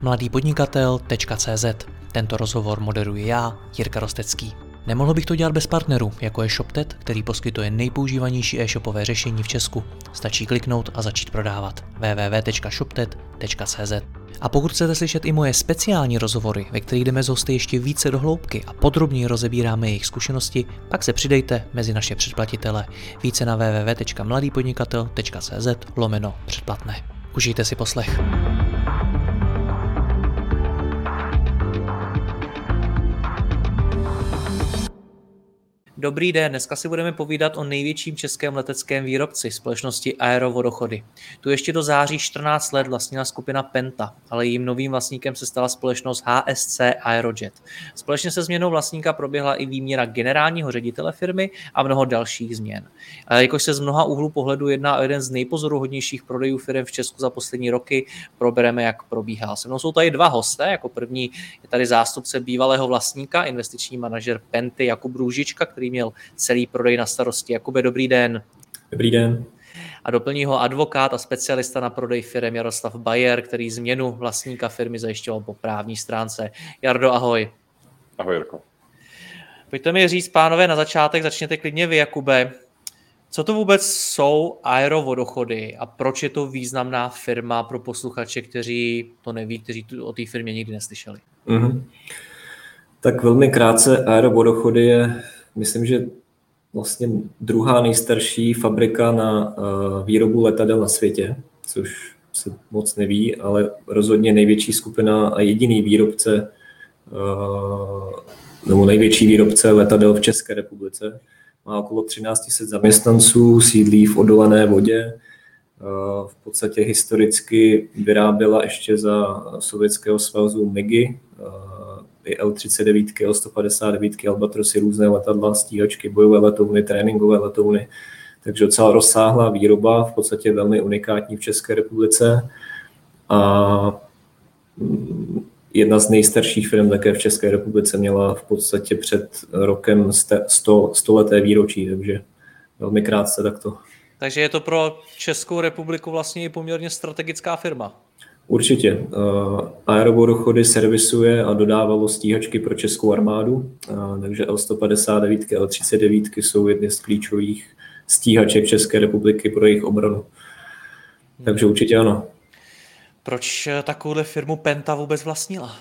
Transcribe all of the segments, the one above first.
mladýpodnikatel.cz. Tento rozhovor moderuji já, Jirka Rostecký. Nemohl bych to dělat bez partnerů, jako je ShopTet, který poskytuje nejpoužívanější e-shopové řešení v Česku. Stačí kliknout a začít prodávat. www.shoptet.cz. A pokud chcete slyšet i moje speciální rozhovory, ve kterých jdeme s hosty ještě více do hloubky a podrobněji rozebíráme jejich zkušenosti, pak se přidejte mezi naše předplatitele. Více na www.mladýpodnikatel.cz/předplatné. Užijte si poslech. Dobrý den, dneska si budeme povídat o největším českém leteckém výrobci, společnosti Aero Vodochody. Tu ještě do září 14 let vlastnila skupina Penta, ale jejím novým vlastníkem se stala společnost HSC Aerojet. Společně se změnou vlastníka proběhla i výměna generálního ředitele firmy a mnoho dalších změn. Jakož se z mnoha úhlů pohledu jedná o jeden z nejpozoruhodnějších prodejů firm v Česku za poslední roky, probereme, jak probíhal. Se mnou jsou tady dva hosté, jako první je tady zástupce bývalého vlastníka, investiční manažer Penty Jakub Růžička, který měl celý prodej na starosti. Jakube, dobrý den. Dobrý den. A doplní ho advokát a specialista na prodej firem Jaroslav Bajer, který změnu vlastníka firmy zajišťoval po právní stránce. Jardo, ahoj. Ahoj, Jirko. Pojďte mi říct, pánové, na začátek, začněte klidně vy, Jakube. Co to vůbec jsou Aero Vodochody a proč je to významná firma pro posluchače, kteří to neví, kteří o té firmě nikdy neslyšeli? Tak velmi krátce, Aero Vodochody je, myslím, že vlastně druhá nejstarší fabrika na výrobu letadel na světě, což se moc neví, ale rozhodně největší skupina a jediný výrobce, nebo největší výrobce letadel v České republice. Má okolo 1300 zaměstnanců, sídlí v odolané vodě. V podstatě historicky vyráběla ještě za Sovětského svazu MIGy, i L-39, L-159, Albatrosy, různé letadla, stíhačky, bojové letouny, tréninkové letouny. Takže docela rozsáhlá výroba, v podstatě velmi unikátní v České republice. A jedna z nejstarších firm také v České republice měla v podstatě před rokem 100leté výročí, takže velmi krátce takto. Takže je to pro Českou republiku vlastně i poměrně strategická firma. Určitě. Aero Vodochody servisuje a dodávalo stíhačky pro českou armádu, takže L-159, L-39 jsou jedny z klíčových stíhaček České republiky pro jejich obranu. Takže určitě ano. Proč takovouhle firmu Penta vůbec vlastnila?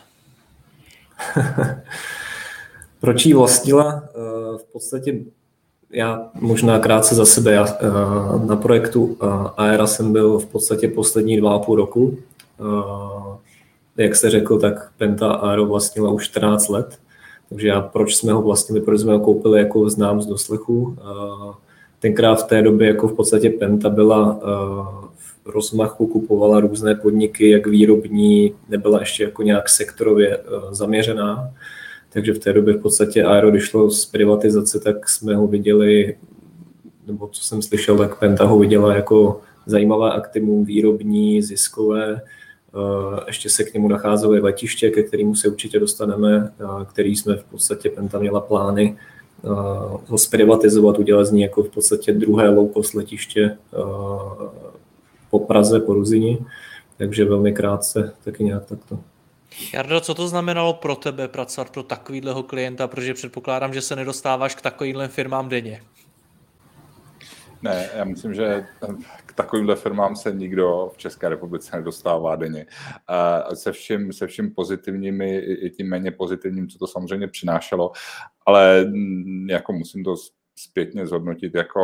Proč ji vlastnila? V podstatě já možná krátce za sebe. Já na projektu Aera jsem byl v podstatě poslední 2,5 roku. Jak jste řekl, tak Penta Aero vlastnila už 14 let. Takže proč jsme ho vlastnili, proč jsme ho koupili, jako znám z doslechu. Tenkrát v té době jako v podstatě Penta byla v rozmachu, kupovala různé podniky, jak výrobní, nebyla ještě jako nějak sektorově zaměřená. Takže v té době v podstatě Aero, když šlo z privatizace, tak jsme ho viděli, nebo co jsem slyšel, tak Penta ho viděla jako zajímavé aktivum, výrobní, ziskové. Ještě se k němu nacházely letiště, ke kterému se určitě dostaneme, který jsme v podstatě Penta měla plány ho zprivatizovat, udělat z ní jako v podstatě druhé low-cost letiště po Praze, po Ruzini. Takže velmi krátce, taky nějak takto. Jardo, co to znamenalo pro tebe pracovat pro takovýhleho klienta, protože předpokládám, že se nedostáváš k takovýmhle firmám denně. Ne, já myslím, že k takovýmhle firmám se nikdo v České republice nedostává denně. Se vším pozitivním i tím méně pozitivním, co to samozřejmě přinášelo, ale jako musím to zpětně zhodnotit jako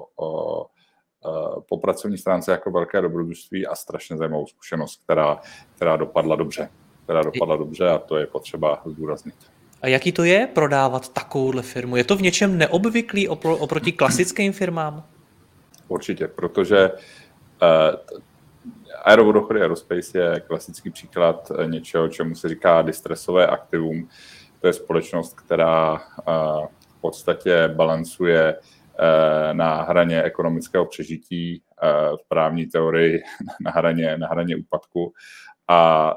po pracovní stránce jako velké dobrodružství a strašně zajímavou zkušenost, která dopadla dobře. A to je potřeba zdůraznit. A jaký to je prodávat takovouhle firmu? Je to v něčem neobvyklý oproti klasickým firmám? Určitě, protože Aero Vodochody Aerospace je klasický příklad něčeho, čemu se říká distressové aktivum. To je společnost, která v podstatě balancuje na hraně ekonomického přežití, v právní teorii na hraně úpadku. A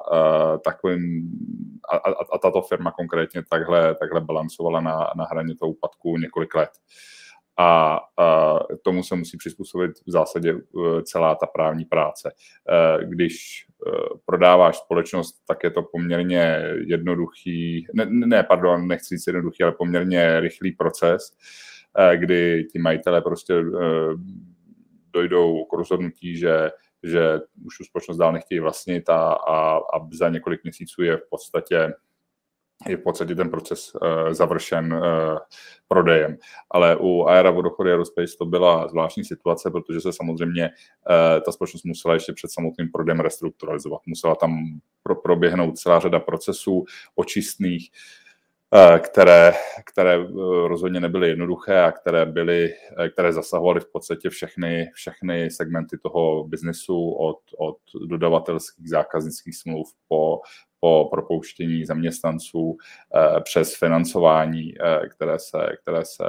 tato firma konkrétně takhle balancovala na hraně toho úpadku několik let. A tomu se musí přizpůsobit v zásadě celá ta právní práce. Když prodáváš společnost, tak je to poměrně jednoduchý, nechci říct jednoduchý, ale poměrně rychlý proces, kdy ti majitelé prostě dojdou k rozhodnutí, že už tu společnost dál nechtějí vlastnit a za několik měsíců je v podstatě ten proces završen prodejem. Ale u Aera Vodochody Aerospace to byla zvláštní situace, protože se samozřejmě ta společnost musela ještě před samotným prodejem restrukturalizovat. Musela tam proběhnout celá řada procesů očistných, které rozhodně nebyly jednoduché a které zasahovaly v podstatě všechny segmenty toho biznesu od dodavatelských zákaznických smluv po propouštění zaměstnanců přes financování, které se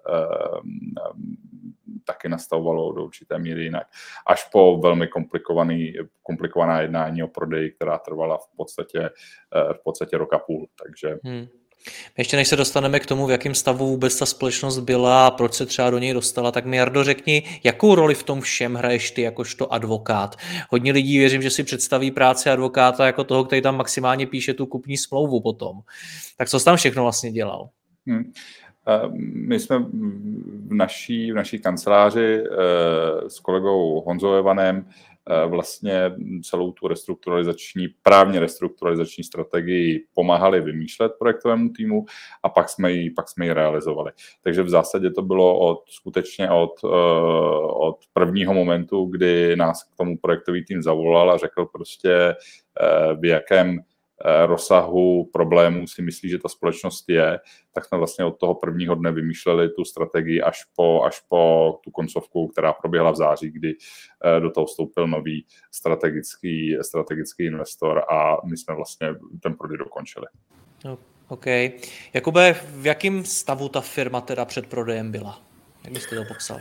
taky nastavovalo do určité míry jinak, až po velmi komplikovaná jednání o prodeji, která trvala v podstatě rok a půl. Takže Ještě než se dostaneme k tomu, v jakém stavu vůbec ta společnost byla a proč se třeba do něj dostala, tak mi, Jardo, řekni, jakou roli v tom všem hraješ ty jakožto advokát? Hodně lidí, věřím, že si představí práci advokáta jako toho, který tam maximálně píše tu kupní smlouvu potom. Tak co jsi tam všechno vlastně dělal? My jsme v naší kanceláři s kolegou Honzou Evanem vlastně celou tu právně restrukturalizační strategii pomáhali vymýšlet projektovému týmu a pak jsme ji realizovali. Takže v zásadě to bylo skutečně od prvního momentu, kdy nás k tomu projektový tým zavolal a řekl prostě, v jakém rozsahu problémů si myslí, že ta společnost je, tak jsme vlastně od toho prvního dne vymýšleli tu strategii až po tu koncovku, která proběhla v září, kdy do toho vstoupil nový strategický investor a my jsme vlastně ten prodej dokončili. OK. Jakube, v jakém stavu ta firma teda před prodejem byla? Jak byste to popsal?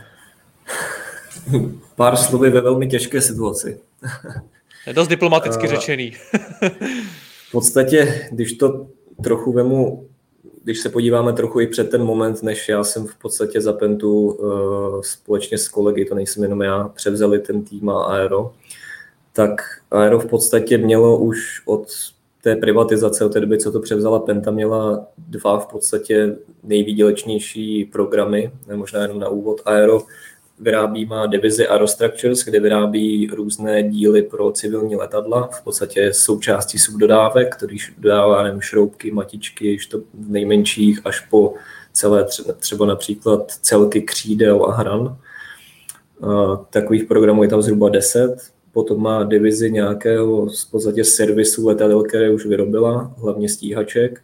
Pár slovy ve velmi těžké situaci. Je dost diplomaticky řečený. V podstatě, když to trochu vemu, když se podíváme trochu i před ten moment, než já jsem v podstatě za Pentu společně s kolegy, to nejsem jenom já, převzali ten tým a Aero, tak Aero v podstatě mělo už od té privatizace, od té doby, co to převzala Penta, měla dva v podstatě nejvýdělečnější programy, možná jenom na úvod. Aero má divizi Aerostructures, kde vyrábí různé díly pro civilní letadla, v podstatě součástí subdodávek, který dodává nevím, šroubky, matičky, v nejmenších až po celé třeba například celky křídel a hran. Takových programů je tam zhruba 10. Potom má divizi nějakého v podstatě servisu letadel, které už vyrobila, hlavně stíhaček,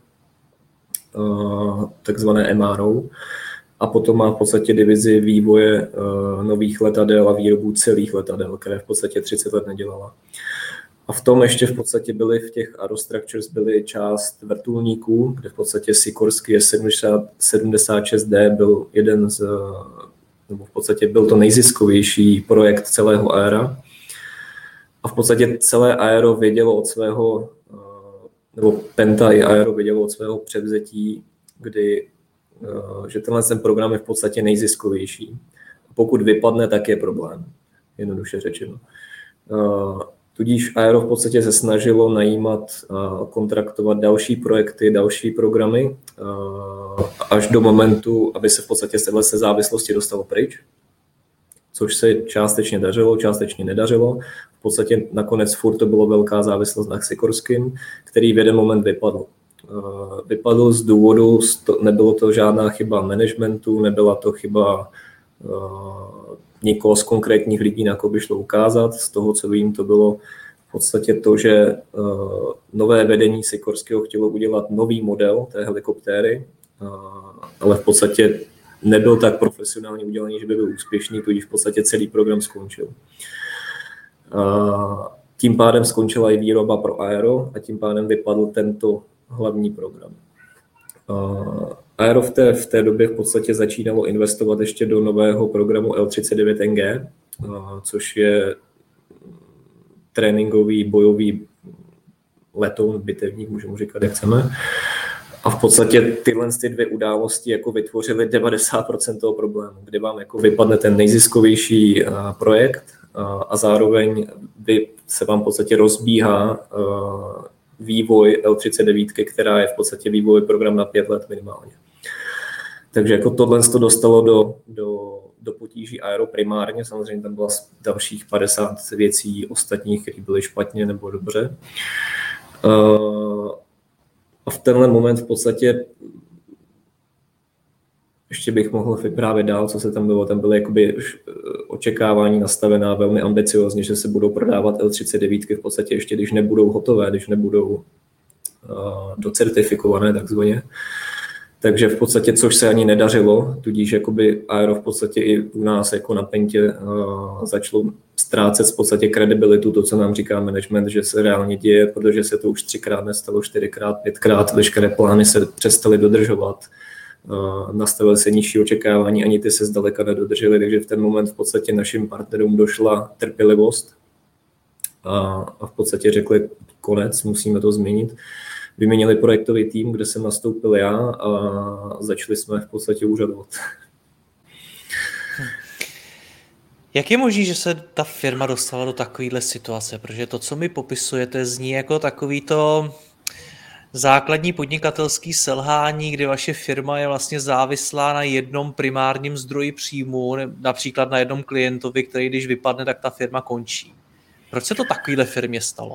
takzvané MRO. A potom má v podstatě divizi vývoje nových letadel a výrobu celých letadel, které v podstatě 30 let nedělala. A v tom ještě v podstatě v těch Aerostructures byly část vrtulníků, kde v podstatě Sikorsky S-76D byl jeden nebo v podstatě byl to nejziskovější projekt celého Aera. A v podstatě celé Aero vědělo od svého, nebo Penta i Aero vědělo od svého převzetí, že tenhle program je v podstatě nejziskovější. Pokud vypadne, tak je problém, jednoduše řečeno. Tudíž Aero v podstatě se snažilo najímat a kontraktovat další projekty, další programy, až do momentu, aby se v podstatě z téhle závislosti dostalo pryč, což se částečně dařilo, částečně nedařilo. V podstatě nakonec furt to bylo velká závislost na Sikorským, který v jeden moment vypadl. Vypadl z důvodu, nebylo to žádná chyba managementu, nebyla to chyba nikoho z konkrétních lidí, na koho by šlo ukázat. Z toho, co vím, to bylo v podstatě to, že nové vedení Sikorského chtělo udělat nový model té helikoptéry, ale v podstatě nebyl tak profesionálně udělaný, že by byl úspěšný, tudíž v podstatě celý program skončil. Tím pádem skončila i výroba pro Aero a tím pádem vypadl tento hlavní program. Aero v té době v podstatě začínalo investovat ještě do nového programu L-39NG, což je tréninkový, bojový letoun, bitevník, můžeme říkat, jak chceme. A v podstatě tyhle dvě události jako vytvořily 90% toho problému, kdy vám jako vypadne ten nejziskovější projekt a zároveň se vám v podstatě rozbíhá vývoj L39, která je v podstatě vývojový program na 5 let minimálně. Takže jako tohle to dostalo do potíží Aero primárně, samozřejmě tam bylo dalších 50 věcí ostatních, které byly špatně nebo dobře. A v tenhle moment v podstatě ještě bych mohl vyprávět dál, co se tam bylo. Tam byly jakoby očekávání nastavená velmi ambiciozně, že se budou prodávat L39 v podstatě ještě, když nebudou hotové, když nebudou docertifikované takzvaně. Takže v podstatě, což se ani nedařilo, tudíž jakoby Aero v podstatě i u nás jako na Pentě začalo ztrácet v podstatě kredibilitu, to, co nám říká management, že se reálně děje, protože se to už 3krát nestalo, 4krát, 5krát, veškeré plány se přestaly dodržovat, nastavily se nižší očekávání, ani ty se zdaleka nedodržely, takže v ten moment v podstatě našim partnerům došla trpělivost a v podstatě řekli konec, musíme to změnit. Vyměnili projektový tým, kde jsem nastoupil já a začali jsme v podstatě úřadovat. Jak je možné, že se ta firma dostala do takovéhle situace? Protože to, co mi popisujete, zní jako takovýto základní podnikatelský selhání, kdy vaše firma je vlastně závislá na jednom primárním zdroji příjmu, například na jednom klientovi, který když vypadne, tak ta firma končí. Proč se to takovéhle firmě stalo?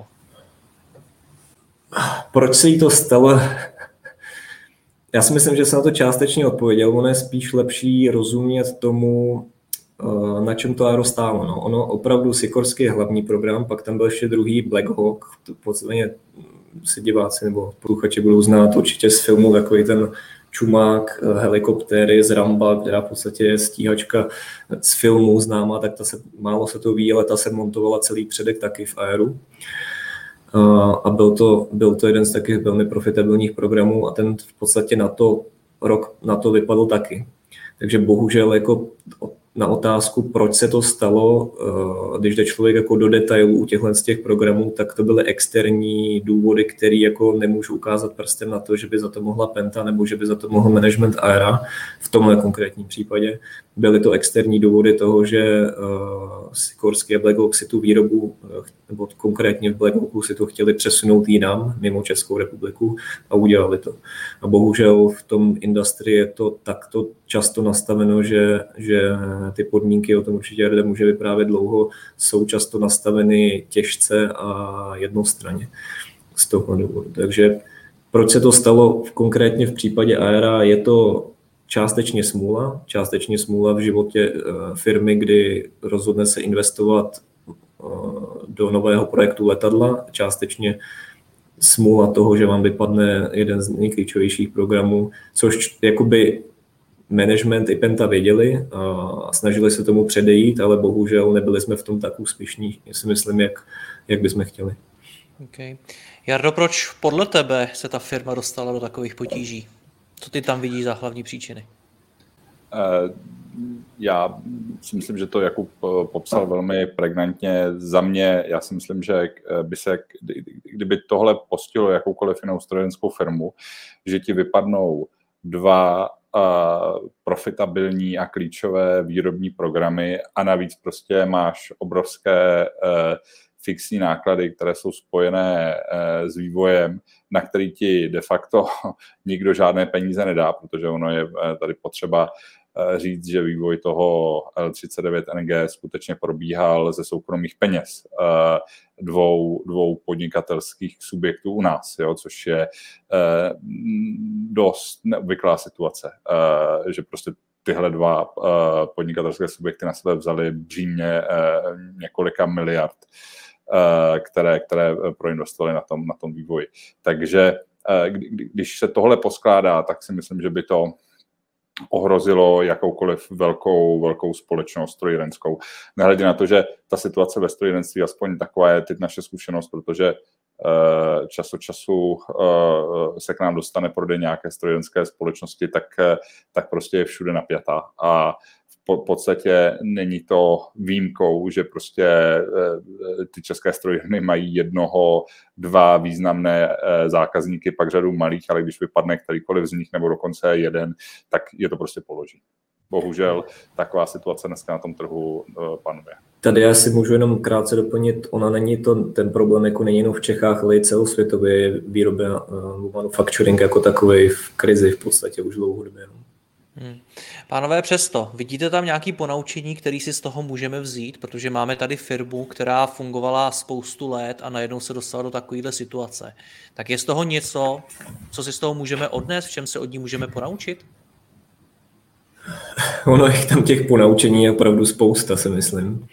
Proč se jí to stalo? Já si myslím, že jsem na to částečně odpověděl. Ono je spíš lepší rozumět tomu, na čem to Aero stálo. No. Ono opravdu Sikorský je hlavní program, pak tam byl ještě druhý Black Hawk. Podstatně si diváci nebo průchači budou znát určitě z filmu takový ten čumák helikoptéry z Ramba, která v podstatě je stíhačka z filmu známá, tak málo se to ví, ale ta se montovala celý předek taky v Aeru. A byl to jeden z takových velmi profitabilních programů a ten v podstatě rok na to vypadl taky. Takže bohužel jako na otázku, proč se to stalo, když jde člověk jako do detailů u těchto z těch programů, tak to byly externí důvody, které jako nemůžu ukázat prstem na to, že by za to mohla Penta nebo že by za to mohl management Aera v tomhle konkrétním případě. Byly to externí důvody toho, že Sikorský a Black Hawk si tu výrobu, nebo konkrétně v Black Hawku si to chtěli přesunout jinam, mimo Českou republiku a udělali to. A bohužel v tom industrii je to takto často nastaveno, že ty podmínky, o tom určitě Rada může vyprávět dlouho, jsou často nastaveny těžce a jednostranně z toho důvodu. Takže proč se to stalo konkrétně v případě Aera, je to částečně smůla v životě firmy, kdy rozhodne se investovat do nového projektu letadla, částečně smůla toho, že vám vypadne jeden z nejklíčovějších programů, což jakoby management i Penta věděli a snažili se tomu předejít, ale bohužel nebyli jsme v tom tak úspěšní, si myslím, jak bychom chtěli. Okay. Jardo, proč podle tebe se ta firma dostala do takových potíží? Co ty tam vidíš za hlavní příčiny? Já si myslím, že to Jakub popsal velmi pregnantně. Za mě, já si myslím, že kdyby tohle postihlo jakoukoliv jinou strojírenskou firmu, že ti vypadnou dva profitabilní a klíčové výrobní programy a navíc prostě máš obrovské fixní náklady, které jsou spojené s vývojem, na který ti de facto nikdo žádné peníze nedá, protože ono je tady potřeba říct, že vývoj toho L39 NG skutečně probíhal ze soukromých peněz dvou podnikatelských subjektů u nás, jo, což je dost neobvyklá situace, že prostě tyhle dva podnikatelské subjekty na sebe vzaly břímě několika miliard, které proinvestovaly na tom vývoji. Takže když se tohle poskládá, tak si myslím, že by to ohrozilo jakoukoliv velkou společnost strojírenskou. Nehledě na to, že ta situace ve strojírenství, aspoň taková je teď naše zkušenost, protože čas od času se k nám dostane prodej nějaké strojírenské společnosti, tak prostě je všude napjatá. A v podstatě není to výjimkou, že prostě ty české strojírny mají dva významné zákazníky, pak řadu malých, ale když vypadne kterýkoliv z nich nebo dokonce jeden, tak je to prostě položí. Bohužel taková situace dneska na tom trhu panuje. Tady já si můžu jenom krátce doplnit, ten problém jako není jenom v Čechách, ale i celosvětově výroba manufacturing jako takový v krizi v podstatě už dlouhodobě. Pánové, přesto, vidíte tam nějaké ponaučení, které si z toho můžeme vzít, protože máme tady firmu, která fungovala spoustu let a najednou se dostala do takovéhle situace. Tak je z toho něco, co si z toho můžeme odnést, v čem se od ní můžeme ponaučit? Ono je tam těch ponaučení je opravdu spousta, si myslím.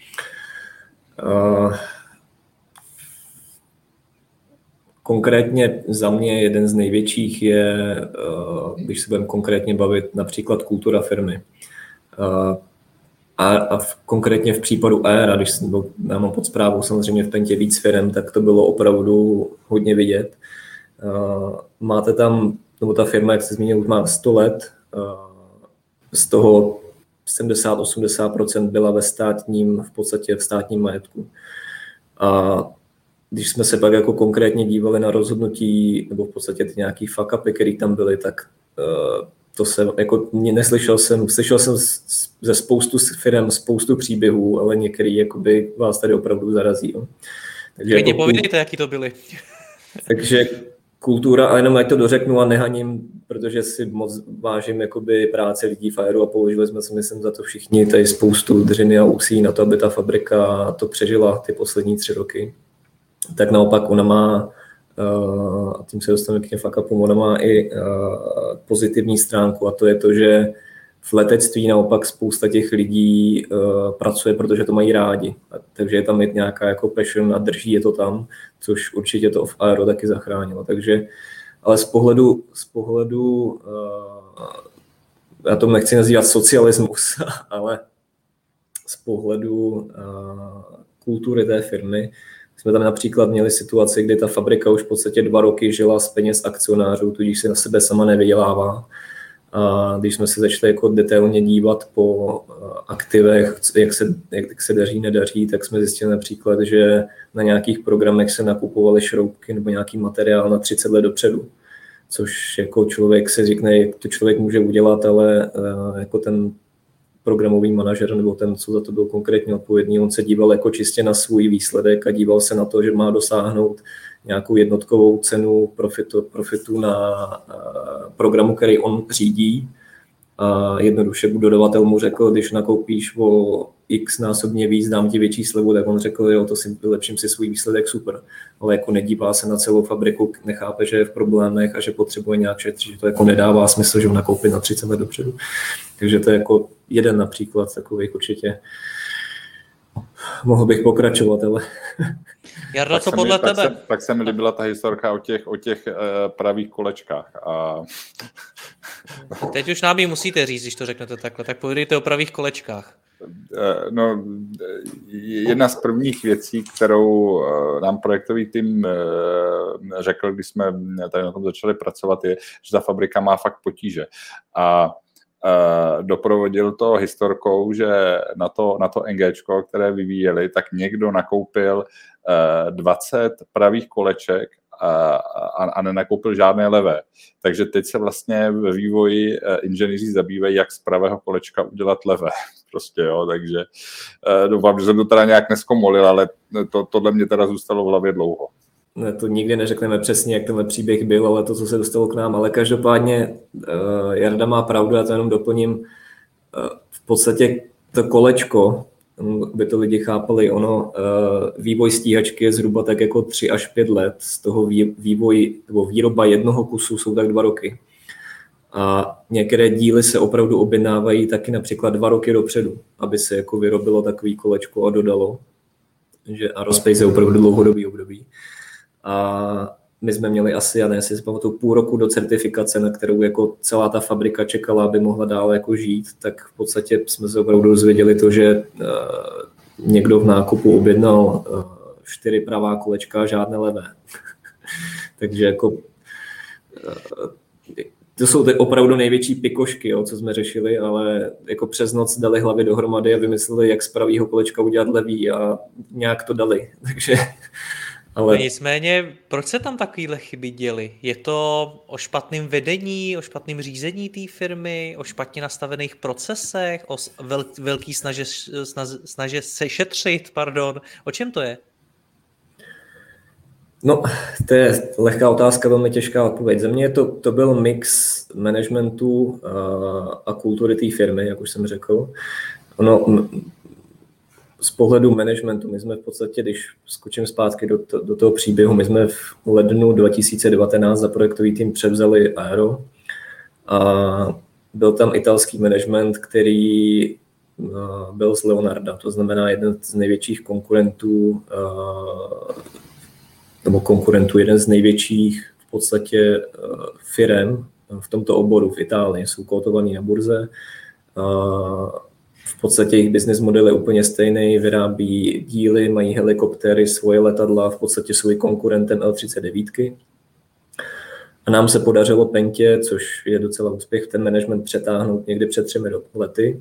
Konkrétně za mě jeden z největších je, když se budeme konkrétně bavit, například kultura firmy. A konkrétně v případu Aera, když já mám pod správou samozřejmě v Pentě víc firem, tak to bylo opravdu hodně vidět. Máte tam, nebo ta firma, jak jste zmínil, má 100 let, z toho 70-80% byla v podstatě v státním majetku. A když jsme se pak jako konkrétně dívali na rozhodnutí, nebo v podstatě ty nějaký fuck-upy, které tam byly, tak to jsem, jako slyšel jsem ze spoustu firem spoustu příběhů, ale některý jakoby vás tady opravdu zarazí. Jo. Takže jako, povídejte, jaký to byly. Takže kultura, a jenom ať to dořeknu a nehaním, protože si moc vážím jakoby práce lidí v Aeru a položili jsme si, myslím, za to všichni tady spoustu dřiny a úsilí na to, aby ta fabrika to přežila ty poslední 3 roky. Tak naopak ona má, a tím se dostaneme k těm fuck-upům, ona má i pozitivní stránku, a to je to, že v letectví naopak spousta těch lidí pracuje, protože to mají rádi. Takže je tam nějaká jako passion a drží je to tam, což určitě to v Aero taky zachránilo. Takže, ale z pohledu já to nechci nazývat socialismus, ale z pohledu kultury té firmy jsme tam například měli situaci, kdy ta fabrika už v podstatě 2 roky žila z peněz akcionářů, tudíž se na sebe sama nevydělává. A když jsme se začali jako detailně dívat po aktivech, jak se daří, nedaří, tak jsme zjistili například, že na nějakých programech se nakupovaly šroubky nebo nějaký materiál na 30 let dopředu. Což jako člověk se řekne, jak to člověk může udělat, ale jako ten programový manažer nebo ten, co za to byl konkrétně odpovědný, on se díval jako čistě na svůj výsledek a díval se na to, že má dosáhnout nějakou jednotkovou cenu profitu na programu, který on řídí. A jednoduše dodavatel mu řekl, když nakoupíš o x násobně víc, dám ti větší slevu, tak on řekl, jo, to si vylepším si svůj výsledek, super. Ale jako nedívá se na celou fabriku, nechápe, že je v problémech a že potřebuje nějak šetřit, že to jako nedává smysl, že ho nakoupit na 30 let dopředu. Takže to je jako jeden například takových určitě. Mohl bych pokračovat, ale... Jardo, co podle tebe? Tak se mi líbila ta historka o těch pravých kolečkách. A... Teď už nám ji musíte říct, když to řeknete takhle, tak povídejte o pravých kolečkách. No, jedna z prvních věcí, kterou nám projektový tým řekl, když jsme tady na tom začali pracovat, je, že ta fabrika má fakt potíže. A doprovodil to historkou, že na to NGčko, které vyvíjeli, tak někdo nakoupil 20 pravých koleček a nenakoupil žádné levé. Takže teď se vlastně ve vývoji inženýři zabývají, jak z pravého kolečka udělat levé. Prostě, jo, takže doufám, že jsem to teda nějak neskomolil, ale tohle mě teda zůstalo v hlavě dlouho. Ne, to nikdy neřekneme přesně, jak tenhle příběh byl, ale to, co se dostalo k nám. Ale každopádně Jarda má pravdu, já to jenom doplním. V podstatě to kolečko, aby to lidi chápali, vývoj stíhačky je zhruba tak jako 3 až 5 let. Z toho výroba jednoho kusu jsou tak 2 roky. A některé díly se opravdu objednávají taky například 2 roky dopředu, aby se jako vyrobilo takový kolečko a dodalo. Že Aerospace je opravdu dlouhodobý období. A my jsme měli asi, já nevím, si pamatuju, půl roku do certifikace, na kterou jako celá ta fabrika čekala, aby mohla dále jako žít, tak v podstatě jsme se opravdu dozvěděli to, že někdo v nákupu objednal 4 pravá kolečka a žádné levé. Takže jako to jsou ty opravdu největší pikošky, jo, co jsme řešili, ale jako přes noc dali hlavy dohromady a vymysleli, jak z pravýho kolečka udělat levý a nějak to dali. Takže Ale nicméně, proč se tam takovéhle chyby děly? Je to o špatném vedení, o špatném řízení té firmy, o špatně nastavených procesech, o velký snaže se šetřit, pardon. O čem to je? No, to je lehká otázka, velmi těžká odpověď. Za mě to byl mix managementu a kultury té firmy, jak už jsem řekl. Z pohledu managementu, my jsme v podstatě, když skočím zpátky do toho příběhu, my jsme v lednu 2019 za projektový tým převzali Aero a byl tam italský management, který byl z Leonarda, to znamená jeden z největších konkurentů, jeden z největších v podstatě firem v tomto oboru v Itálii, jsou kotovaní na burze. V podstatě jejich business model je úplně stejný, vyrábí díly, mají helikoptéry, svoje letadla, v podstatě jsou i konkurentem L-39. A nám se podařilo Pentě, což je docela úspěch, ten management přetáhnout někdy před 3 lety.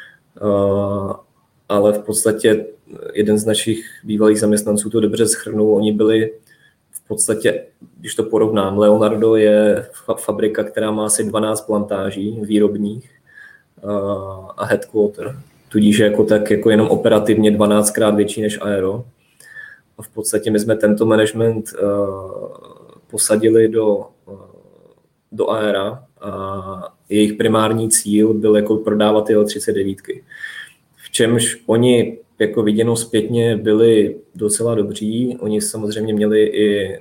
Ale v podstatě jeden z našich bývalých zaměstnanců to dobře shrnul. Oni byli v podstatě, když to porovnám, Leonardo je fabrika, která má asi 12 plantáží výrobních a headquarter. Tudíž jako jenom operativně 12krát větší než Aero. A v podstatě my jsme tento management posadili do Aera a jejich primární cíl byl jako prodávat ty L-39. V čemž oni jako viděno zpětně byli docela dobří. Oni samozřejmě měli i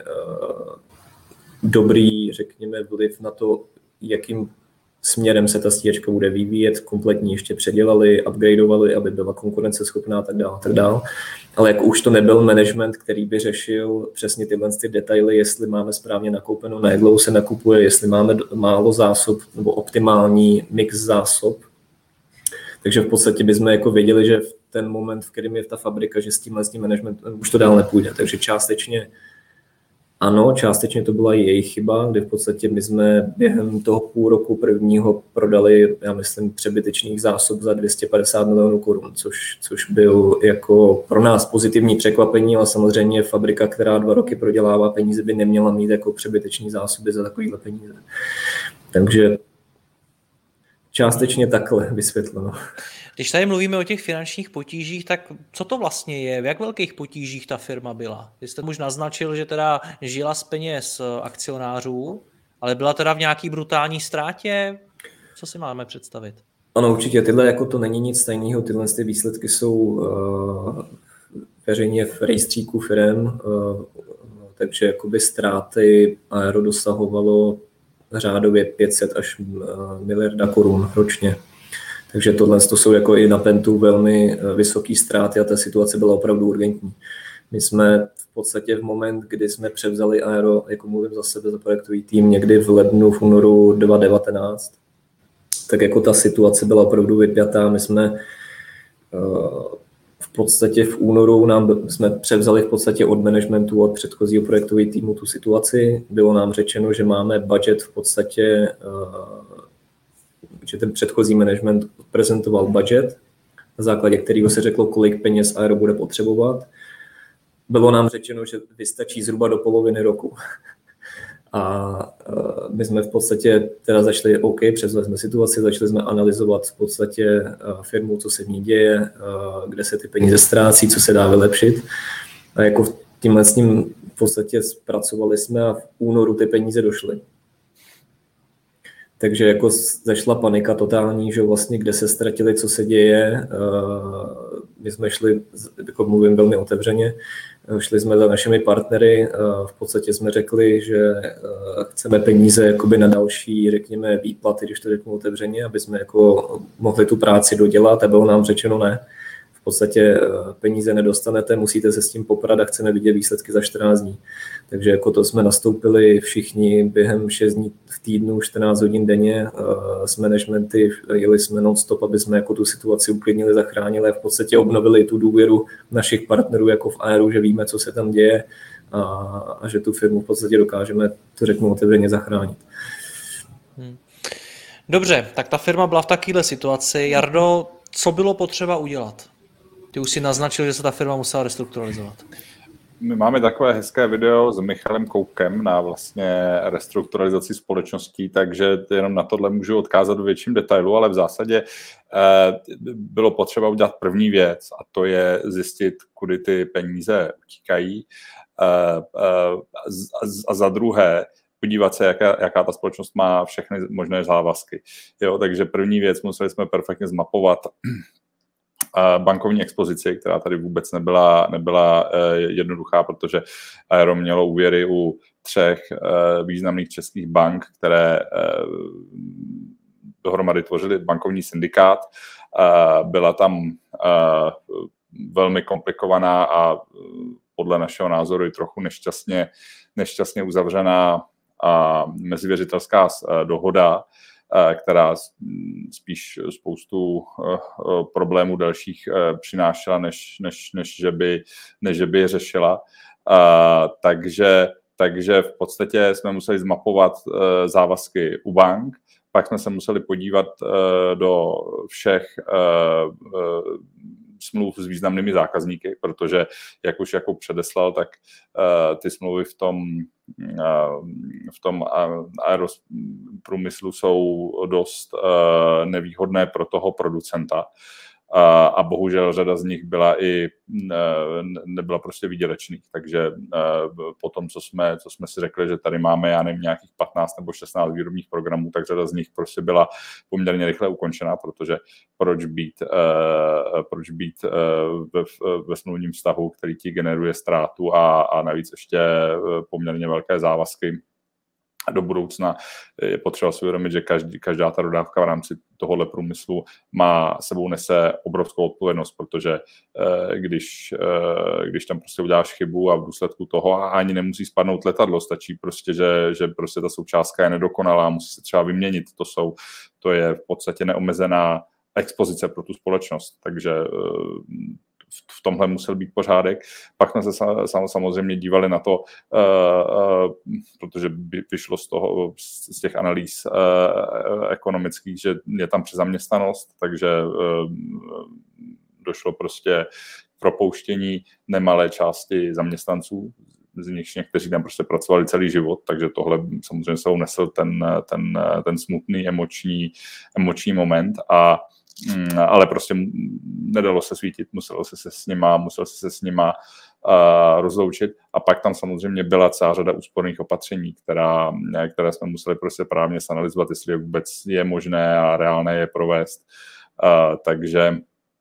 dobrý, řekněme, vliv na to, jakým směrem se ta stíhačka bude vyvíjet, kompletně ještě předělali, upgradeovali, aby byla konkurenceschopná a tak dále. Ale jako už to nebyl management, který by řešil přesně tyhle detaily, jestli máme správně nakoupeno, na jak dlouho se nakupuje, jestli máme málo zásob nebo optimální mix zásob. Takže v podstatě bychom jako věděli, že v ten moment, v kterém je ta fabrika, že s tím managementem už to dál nepůjde. Takže částečně ano, částečně to byla jejich chyba, kdy v podstatě my jsme během toho půl roku prvního prodali, já myslím, přebytečných zásob za 250 milionů korun, což byl jako pro nás pozitivní překvapení, ale samozřejmě fabrika, která 2 roky prodělává peníze, by neměla mít jako přebyteční zásoby za takovýhle peníze. Takže částečně takhle vysvětleno. Když tady mluvíme o těch finančních potížích, tak co to vlastně je? V jak velkých potížích ta firma byla? Vy jste už naznačil, že teda žila z peněz akcionářů, ale byla teda v nějaký brutální ztrátě? Co si máme představit? Ano, určitě. Tyhle jako to není nic tajného. Tyhle ty výsledky jsou veřejně v rejstříku firem, takže jakoby ztráty Aero dosahovalo řádově 500 až miliarda korun ročně. Takže tohle to jsou jako i na Pentu velmi vysoký ztráty a ta situace byla opravdu urgentní. My jsme v podstatě v moment, kdy jsme převzali Aero, jako mluvím za sebe, za projektový tým, někdy v lednu, v únoru 2019, tak jako ta situace byla opravdu vypjatá. My jsme v podstatě v únoru jsme převzali v podstatě od managementu, od předchozího projektového týmu tu situaci. Bylo nám řečeno, že máme budget v podstatě, že ten předchozí management prezentoval budget, na základě kterého se řeklo, kolik peněz Aero bude potřebovat. Bylo nám řečeno, že vystačí zhruba do poloviny roku. A my jsme v podstatě teda začali, převzali jsme situaci, začali jsme analyzovat v podstatě firmu, co se v ní děje, kde se ty peníze ztrácí, co se dá vylepšit. A jako tímhle s ním v podstatě zpracovali jsme a v únoru ty peníze došly. Takže jako zašla panika totální, že vlastně kde se ztratili, co se děje. My jsme šli, jako mluvím velmi otevřeně, šli jsme za našimi partnery, v podstatě jsme řekli, že chceme peníze jakoby na další, řekněme, výplaty, když to řeknu otevřeně, aby jsme jako mohli tu práci dodělat a bylo nám řečeno ne. V podstatě peníze nedostanete, musíte se s tím poprat a chceme vidět výsledky za 14 dní. Takže jako to jsme nastoupili všichni během 6 dní v týdnu, 14 hodin denně s managementy, jeli jsme non-stop, aby jsme jako tu situaci uklidnili, zachránili a v podstatě obnovili tu důvěru našich partnerů jako v Aeru, že víme, co se tam děje a že tu firmu v podstatě dokážeme, to řeknu otevřeně, zachránit. Dobře, tak ta firma byla v takovéhle situaci. Jardo, co bylo potřeba udělat? Ty už si naznačil, že se ta firma musela restrukturalizovat. My máme takové hezké video s Michalem Koupkem na vlastně restrukturalizaci společností, takže jenom na tohle můžu odkázat do větším detailu, ale v zásadě bylo potřeba udělat první věc a to je zjistit, kudy ty peníze utíkají a za druhé podívat se, jaká ta společnost má všechny možné závazky. Jo, takže první věc, museli jsme perfektně zmapovat bankovní expozici, která tady vůbec nebyla jednoduchá, protože Aero mělo úvěry u 3 významných českých bank, které dohromady tvořily bankovní syndikát. Byla tam velmi komplikovaná a podle našeho názoru i trochu nešťastně uzavřená mezivěřitelská dohoda, která spíš spoustu problémů dalších přinášela, než že by je řešila. Takže v podstatě jsme museli zmapovat závazky u bank, pak jsme se museli podívat do všech smluv s významnými zákazníky, protože, jak už Jakub předeslal, tak ty smlouvy v tom aeroprůmyslu jsou dost nevýhodné pro toho producenta. A bohužel řada z nich nebyla prostě výdělečných. Takže potom, co jsme si řekli, že tady máme, já nevím, nějakých 15 nebo 16 výrobních programů, tak řada z nich prostě byla poměrně rychle ukončena, protože proč být ve smluvním vztahu, který ti generuje ztrátu a navíc ještě poměrně velké závazky do budoucna. Je potřeba si uvědomit, že každá ta dodávka v rámci tohohle průmyslu sebou nese obrovskou odpovědnost, protože když tam prostě uděláš chybu a v důsledku toho ani nemusí spadnout letadlo, stačí prostě, že prostě ta součástka je nedokonalá, musí se třeba vyměnit. To je v podstatě neomezená expozice pro tu společnost, takže v tomhle musel být pořádek. Pak jsme se samozřejmě dívali na to, protože vyšlo z těch analýz ekonomických, že je tam přezaměstnanost, takže došlo prostě k propouštění nemalé části zaměstnanců, z nich někteří tam prostě pracovali celý život, takže tohle samozřejmě se unesl ten smutný emoční moment ale prostě nedalo se svítit, musel se s nima rozloučit a pak tam samozřejmě byla celá řada úsporných opatření, které jsme museli prostě právně zanalyzovat, jestli vůbec je možné a reálné je provést. Takže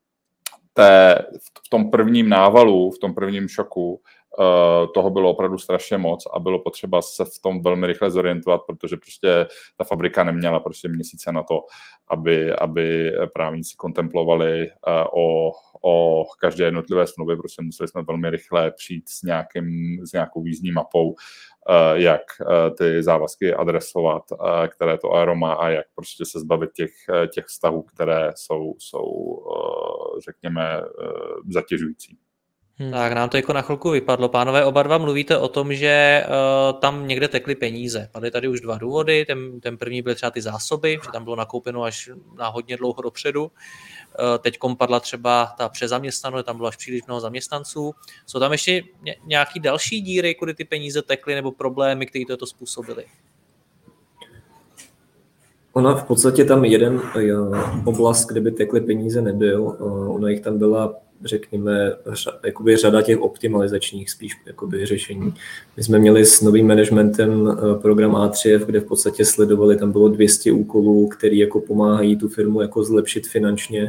v tom prvním návalu, v tom prvním šoku toho bylo opravdu strašně moc a bylo potřeba se v tom velmi rychle zorientovat, protože prostě ta fabrika neměla prostě měsíce na to, aby právníci kontemplovali o každé jednotlivé smlouvě. Prostě museli jsme velmi rychle přijít s nějakou vízní mapou, jak ty závazky adresovat, které to Aero má a jak prostě se zbavit těch vztahů, které jsou řekněme, zatěžující. Tak nám to jako na chvilku vypadlo. Pánové, oba dva mluvíte o tom, že tam někde tekly peníze. Padly tady už 2 důvody. Ten první byl třeba ty zásoby, že tam bylo nakoupeno až na hodně dlouho dopředu. Teďkom padla třeba ta přezaměstnanost, tam bylo až příliš mnoho zaměstnanců. Jsou tam ještě nějaký další díry, kudy ty peníze tekly, nebo problémy, které to způsobily? Ona v podstatě tam jeden oblast, kde by tekly peníze nebyl. Ona jich tam byla, řekněme, řada těch optimalizačních spíš řešení. My jsme měli s novým managementem program A3F, kde v podstatě sledovali, tam bylo 200 úkolů, které jako pomáhají tu firmu jako zlepšit finančně,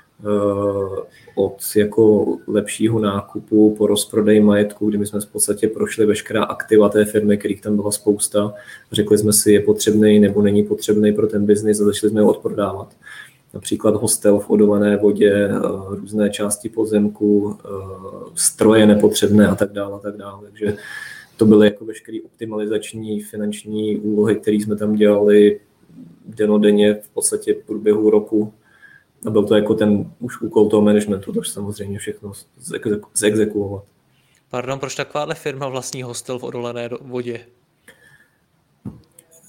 od jako lepšího nákupu po rozprodej majetku, kdy my jsme v podstatě prošli veškerá aktiva té firmy, kterých tam byla spousta. Řekli jsme si, je potřebný nebo není potřebný pro ten biznis a začali jsme ho odprodávat. Například hostel v odolané vodě, různé části pozemku, stroje nepotřebné a tak dále. Takže to byly jako veškeré optimalizační finanční úlohy, které jsme tam dělali dennodenně v podstatě v průběhu roku. A byl to jako ten už úkol toho managementu, to samozřejmě všechno zexekuovat. Pardon, proč takováhle firma vlastní hostel v odolané vodě?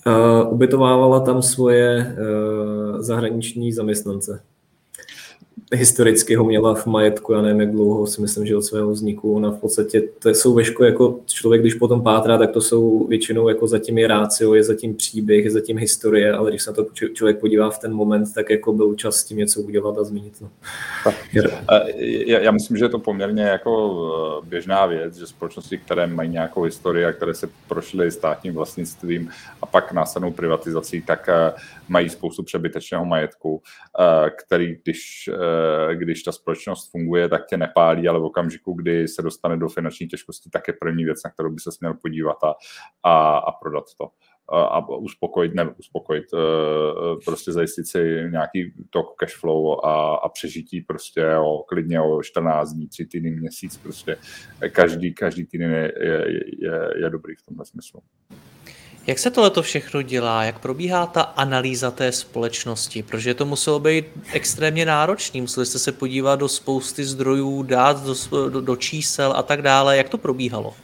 Ubytovávala tam svoje zahraniční zaměstnance. historicky ho měla v majetku, já nevím, jak dlouho, si myslím, že od svého vzniku. Ona v podstatě, to jsou veško jako člověk, když potom pátrá, tak to jsou většinou jako zatím je rácio, je zatím příběh, je zatím historie, ale když se na to člověk podívá v ten moment, tak jako byl čas s tím něco udělat a změnit. No. Já myslím, že je to poměrně jako běžná věc, že společnosti, které mají nějakou historii a které se prošly státním vlastnictvím a pak následnou privatizací, tak mají spoustu přebytečného majetku, který, když ta společnost funguje, tak tě nepálí, ale v okamžiku, kdy se dostane do finanční těžkosti, tak je první věc, na kterou by se měl podívat a prodat to. A uspokojit, prostě zajistit si nějaký tok cash flow a přežití prostě klidně o 14 dní, 3 týdny, měsíc, prostě každý týden je dobrý v tomhle smyslu. Jak se tohleto všechno dělá? Jak probíhá ta analýza té společnosti? Protože to muselo být extrémně náročný. Museli jste se podívat do spousty zdrojů, dát do čísel a tak dále. Jak to probíhalo?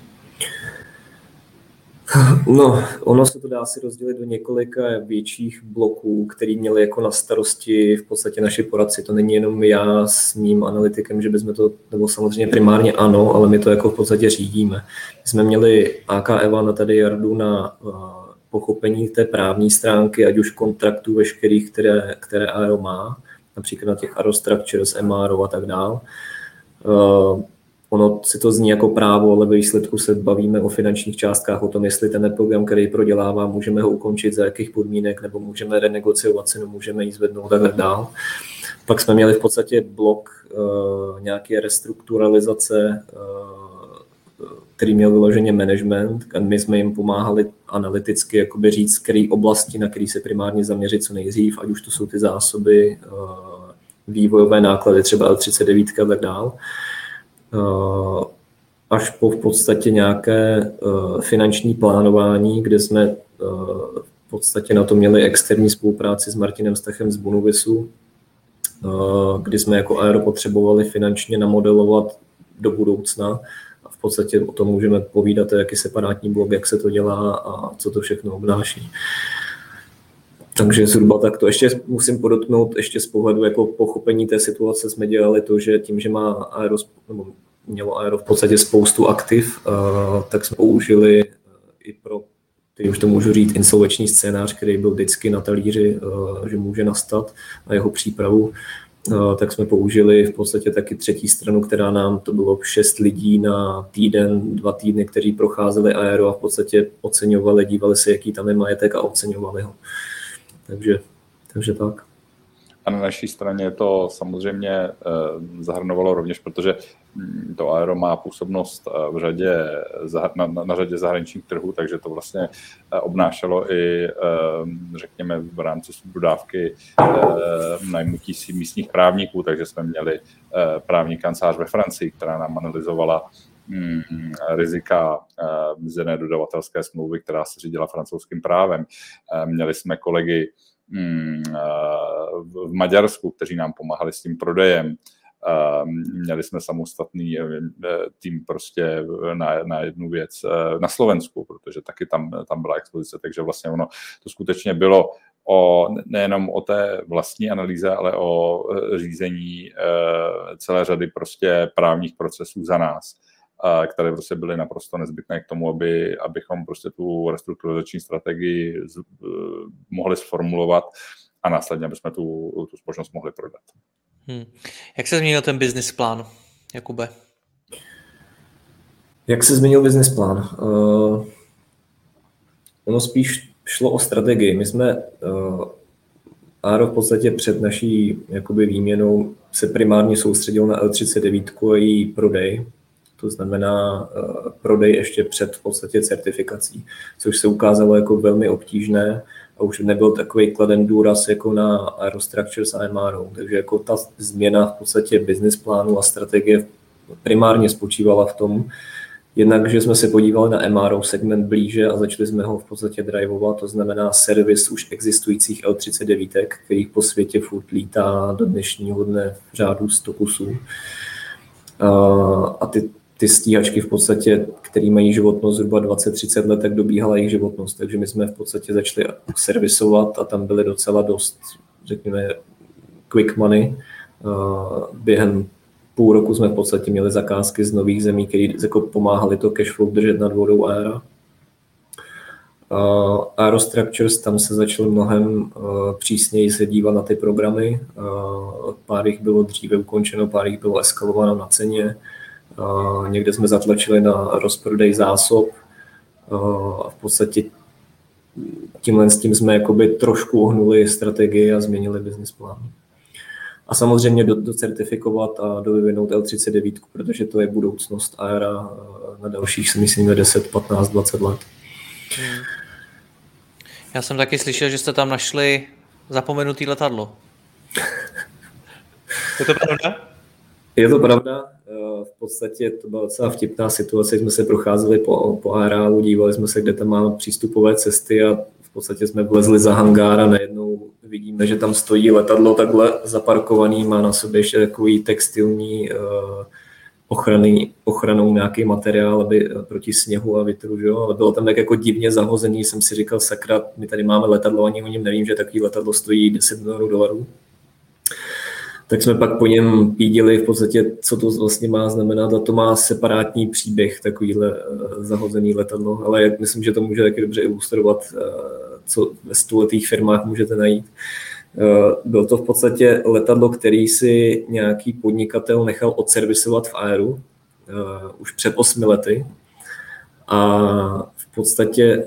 No, ono se to dá si rozdělit do několika větších bloků, který měli jako na starosti v podstatě naši poradci. To není jenom já s mým analytikem, že bychom to, nebo samozřejmě primárně ano, ale my to jako v podstatě řídíme. My jsme měli AK Evan a tady Jardu na pochopení té právní stránky, ať už kontraktů veškerých, které AERO má, například na těch AERO Structures, MRO a tak dále. Ono si to zní jako právo, ale ve výsledku se bavíme o finančních částkách, o tom, jestli ten program, který prodělává, můžeme ho ukončit, za jakých podmínek, nebo můžeme renegociovat cenu, můžeme ji zvednout a tak dál. Pak jsme měli v podstatě blok nějaké restrukturalizace, který měl vyloženě management, a my jsme jim pomáhali analyticky jakoby říct, který oblasti, na který se primárně zaměřit co nejdřív, ať už to jsou ty zásoby, vývojové náklady, třeba L39 a tak dál. Až po v podstatě nějaké finanční plánování, kde jsme v podstatě na to měli externí spolupráci s Martinem Stachem z Bunovisu, kdy jsme jako AERO potřebovali finančně namodelovat do budoucna a v podstatě o tom můžeme povídat, jaký separátní blok, jak se to dělá a co to všechno obnáší. Takže zhruba tak to ještě musím podotknout, ještě z pohledu jako pochopení té situace jsme dělali to, že tím, že má AERO, nebo mělo AERO v podstatě spoustu aktiv, tak jsme použili i pro, teď už to můžu říct, insolvenční scénář, který byl vždycky na talíři, že může nastat na jeho přípravu, tak jsme použili v podstatě taky třetí stranu, která nám, to bylo 6 lidí na týden, 2 týdny, kteří procházeli AERO a v podstatě oceňovali, dívali se, jaký tam je majetek a oceňovali ho. Takže tak. A na naší straně to samozřejmě zahrnovalo rovněž, protože to AERO má působnost na řadě zahraničních trhů, takže to vlastně obnášelo i, řekněme, v rámci dodávky najmutí si místních právníků, takže jsme měli právní kancelář ve Francii, která nám analyzovala rizika mizerné dodavatelské smlouvy, která se řídila francouzským právem. Měli jsme kolegy v Maďarsku, kteří nám pomáhali s tím prodejem. Měli jsme samostatný tým prostě na jednu věc na Slovensku, protože taky tam byla expozice, takže vlastně ono to skutečně bylo nejenom o té vlastní analýze, ale o řízení celé řady prostě právních procesů za nás, které prostě byly naprosto nezbytné k tomu, abychom prostě tu restrukturalizační strategii mohli sformulovat a následně, aby jsme tu společnost mohli prodat. Jak se změnil ten business plán, Jakube? Jak se změnil business plán? Ono spíš šlo o strategii. My jsme AERO v podstatě před naší jakoby výměnou se primárně soustředil na L39 a její prodej. To znamená prodej ještě před v podstatě certifikací, což se ukázalo jako velmi obtížné a už nebyl takový kladen důraz jako na AERO Structures a MRO. Takže jako ta změna v podstatě business plánu a strategie primárně spočívala v tom, jednak, že jsme se podívali na MRO segment blíže a začali jsme ho v podstatě drivovat, to znamená servis už existujících L39, kterých po světě furt lítá do dnešního dne v řádu 100 kusů. A ty stíhačky v podstatě, které mají životnost zhruba 20-30 let, tak dobíhala jejich životnost. Takže my jsme v podstatě začali servisovat a tam byly docela dost, řekněme, quick money Během půl roku jsme v podstatě měli zakázky z nových zemí, které jako pomáhali to cashflow držet nad vodou Aera. Aerostructures, tam se začaly mnohem přísněji se dívat na ty programy. Pár jich bylo dříve ukončeno, pár jich bylo eskalováno na ceně. Někde jsme zatlačili na rozprodej zásob. V podstatě tímhle s tím jsme jakoby trošku ohnuli strategii a změnili business plán. A samozřejmě docertifikovat a dovyvinout L39, protože to je budoucnost Aera na dalších, si myslím, 10, 15, 20 let. Já jsem taky slyšel, že jste tam našli zapomenutý letadlo. Je to pravda? Je to pravda. V podstatě to byla docela vtipná situace, jsme se procházeli po areálu, dívali jsme se, kde tam máme přístupové cesty a v podstatě jsme vlezli za hangár a najednou vidíme, že tam stojí letadlo takhle zaparkovaný, má na sobě ještě takový textilní ochranou nějaký materiál, aby proti sněhu a větru, že? Ale bylo tam tak jako divně zahozený, jsem si říkal, sakra, my tady máme letadlo, ani o něm nevím, že takový letadlo stojí $10 milionů. Tak jsme pak po něm pídili v podstatě, co to vlastně má znamenat, a to má separátní příběh, takovýhle zahozený letadlo, ale myslím, že to může taky dobře ilustrovat, co ve stoletých firmách můžete najít. Byl to v podstatě letadlo, který si nějaký podnikatel nechal odservisovat v Aeru už před 8 lety a v podstatě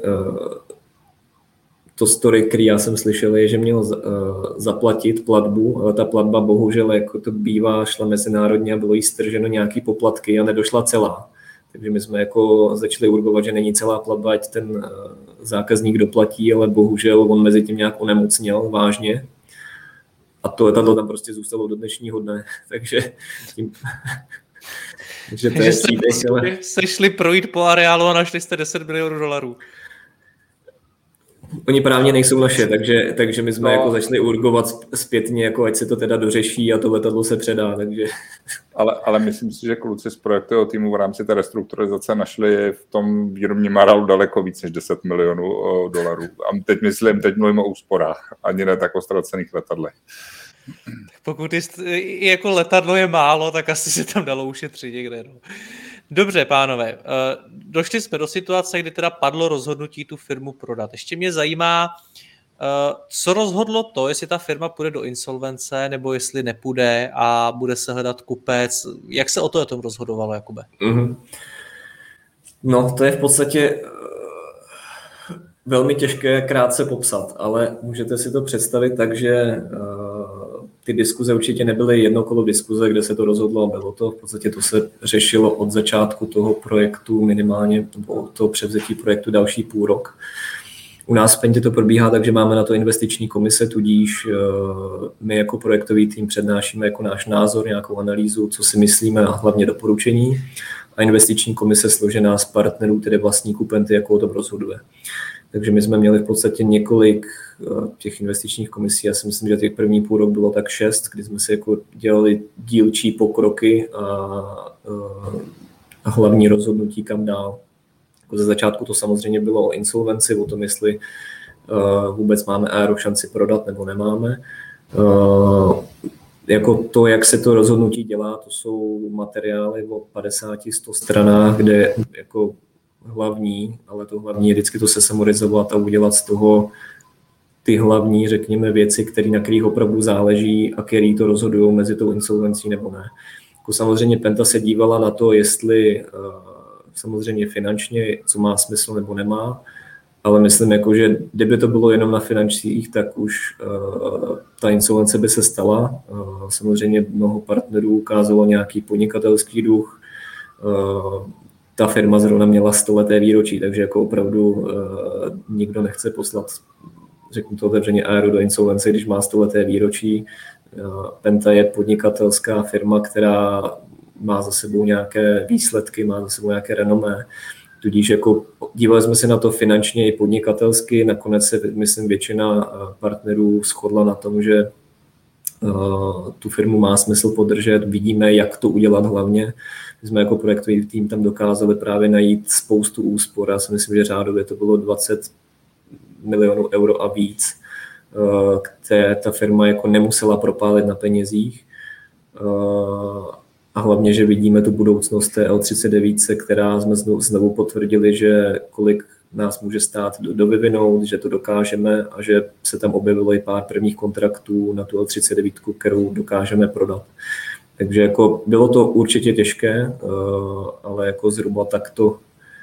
to story, který já jsem slyšel, je, že měl zaplatit platbu, ale ta platba bohužel, jako to bývá, šla mezinárodně a bylo jí strženo nějaký poplatky a nedošla celá. Takže my jsme jako začali urgovat, že není celá platba, ať ten zákazník doplatí, ale bohužel on mezi tím nějak onemocněl vážně. A to letadlo tam prostě zůstalo do dnešního dne, takže to je příběh. Jste šli projít po areálu a našli jste $10 milionů. Oni právě nejsou naše, takže my jsme jako začali urgovat zpětně, jako ať se to teda dořeší a to letadlo se předá. Takže. Ale myslím si, že kluci z projektového týmu v rámci té restrukturalizace našli v tom výrobním areálu daleko víc než $10 milionů. A teď mluvím o úsporách, ani ne tak o ztracených letadlech. Pokud jako letadlo je málo, tak asi se tam dalo ušetřit někde. No. Dobře, pánové, došli jsme do situace, kdy teda padlo rozhodnutí tu firmu prodat. Ještě mě zajímá, co rozhodlo to, jestli ta firma půjde do insolvence, nebo jestli nepůjde a bude se hledat kupec. Jak se o tom rozhodovalo, Jakube? Mm-hmm. No, to je v podstatě velmi těžké krátce popsat, ale můžete si to představit tak, že ty diskuze určitě nebyly jednokolo diskuze, kde se to rozhodlo a bylo to. V podstatě to se řešilo od začátku toho projektu minimálně, nebo toho převzetí projektu další půl rok. U nás v Pentě to probíhá tak, že máme na to investiční komise, tudíž my jako projektový tým přednášíme jako náš názor, nějakou analýzu, co si myslíme a hlavně doporučení. A investiční komise složená z partnerů, tedy vlastníků Penty, jako o tom rozhoduje. Takže my jsme měli v podstatě několik těch investičních komisí. Já si myslím, že těch první půl rok bylo tak 6, kdy jsme si jako dělali dílčí pokroky a hlavní rozhodnutí, kam dál. Jako ze začátku to samozřejmě bylo o insolvenci, o tom, jestli vůbec máme Aero šanci prodat nebo nemáme. Jako to, jak se to rozhodnutí dělá, to jsou materiály o 50-100 stranách, kde jako hlavní, ale to hlavní je vždycky to se samorizovat a udělat z toho ty hlavní, řekněme, věci, na kterých opravdu záleží a který to rozhodují mezi tou insolvencí nebo ne. Jako samozřejmě Penta se dívala na to, jestli samozřejmě finančně, co má smysl nebo nemá, ale myslím, jako, že kdyby to bylo jenom na finančních, tak už ta insolvence by se stala. Samozřejmě mnoho partnerů ukázalo nějaký podnikatelský duch. Ta firma zrovna měla 100leté výročí, takže jako opravdu nikdo nechce poslat, řeknu to otevřeně, Aero do insolvence, když má 100leté výročí. Penta je podnikatelská firma, která má za sebou nějaké výsledky, má za sebou nějaké renomé. Tudíž jako dívali jsme se na to finančně i podnikatelsky, nakonec se, myslím, většina partnerů shodla na tom, že tu firmu má smysl podržet, vidíme, jak to udělat hlavně. My jsme jako projektový tým tam dokázali právě najít spoustu úspor. Já si myslím, že řádově to bylo 20 milionů euro a víc, které ta firma jako nemusela propálit na penězích. a hlavně, že vidíme tu budoucnost té L39, která jsme znovu potvrdili, že kolik nás může stát dovyvinout, že to dokážeme a že se tam objevilo i pár prvních kontraktů na tu L39, kterou dokážeme prodat. Takže jako bylo to určitě těžké, ale jako zhruba takto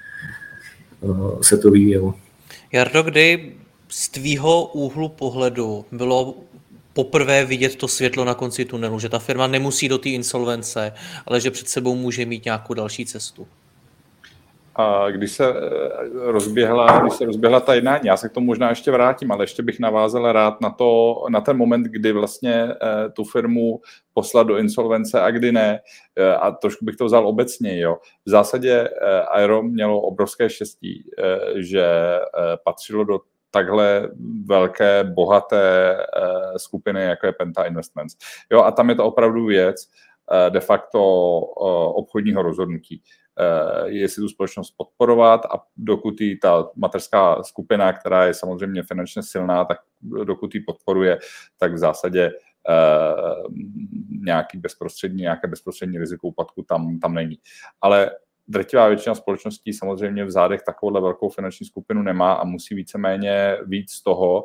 se to vyvíjelo. Jardo, kdy z tvýho úhlu pohledu bylo poprvé vidět to světlo na konci tunelu, že ta firma nemusí do té insolvence, ale že před sebou může mít nějakou další cestu? A když se rozběhla ta jednání, já se k tomu možná ještě vrátím, ale ještě bych navázal rád na ten moment, kdy vlastně tu firmu poslat do insolvence a kdy ne. A trošku bych to vzal obecně. Jo. V zásadě Aero mělo obrovské štěstí, že patřilo do takhle velké, bohaté skupiny, jako je Penta Investments. Jo, a tam je to opravdu věc de facto obchodního rozhodnutí. Jestli tu společnost podporovat a dokud ta mateřská skupina, která je samozřejmě finančně silná, tak dokud ji podporuje, tak v zásadě nějaké bezprostřední riziko úpadku tam není. Ale drtivá většina společností samozřejmě v zádech takovouhle velkou finanční skupinu nemá a musí víceméně víc z toho,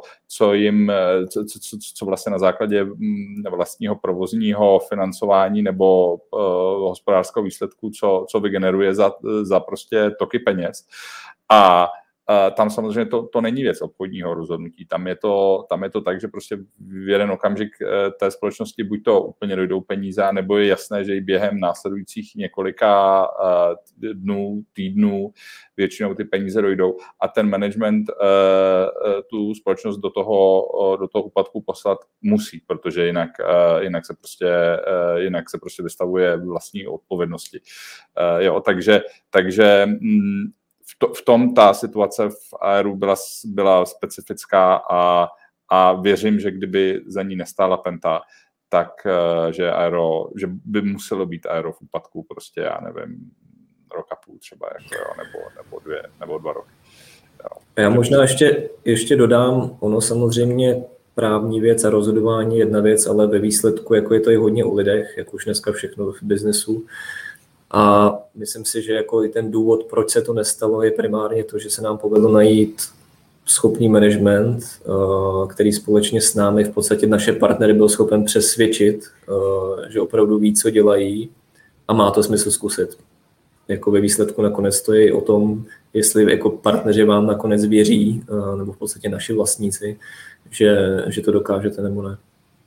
co vlastně na základě vlastního provozního financování nebo hospodářského výsledku, co vygeneruje za prostě toky peněz. A tam samozřejmě to není věc obchodního rozhodnutí. Tam je to tak, že prostě v jeden okamžik té společnosti buď to úplně dojdou peníze, nebo je jasné, že i během následujících několika dnů, týdnů většinou ty peníze dojdou a ten management tu společnost do toho úpadku poslat musí, protože jinak se prostě vystavuje vlastní odpovědnosti. Jo, takže v tom ta situace v Aeru byla specifická a věřím, že kdyby za ní nestála Penta, tak že by muselo být Aero v úpadku prostě, já nevím, rok a půl třeba, jako jo, nebo 2 roky. Jo. Já možná ještě dodám, ono samozřejmě právní věc a rozhodování je jedna věc, ale ve výsledku jako je to i hodně o lidech, jak už dneska všechno v biznesu. A myslím si, že jako i ten důvod, proč se to nestalo, je primárně to, že se nám povedlo najít schopný management, který společně s námi, v podstatě naše partnery, byl schopen přesvědčit, že opravdu ví, co dělají a má to smysl zkusit. Jako ve výsledku nakonec to je o tom, jestli jako partneři vám nakonec věří, nebo v podstatě naši vlastníci, že to dokážete nebo ne.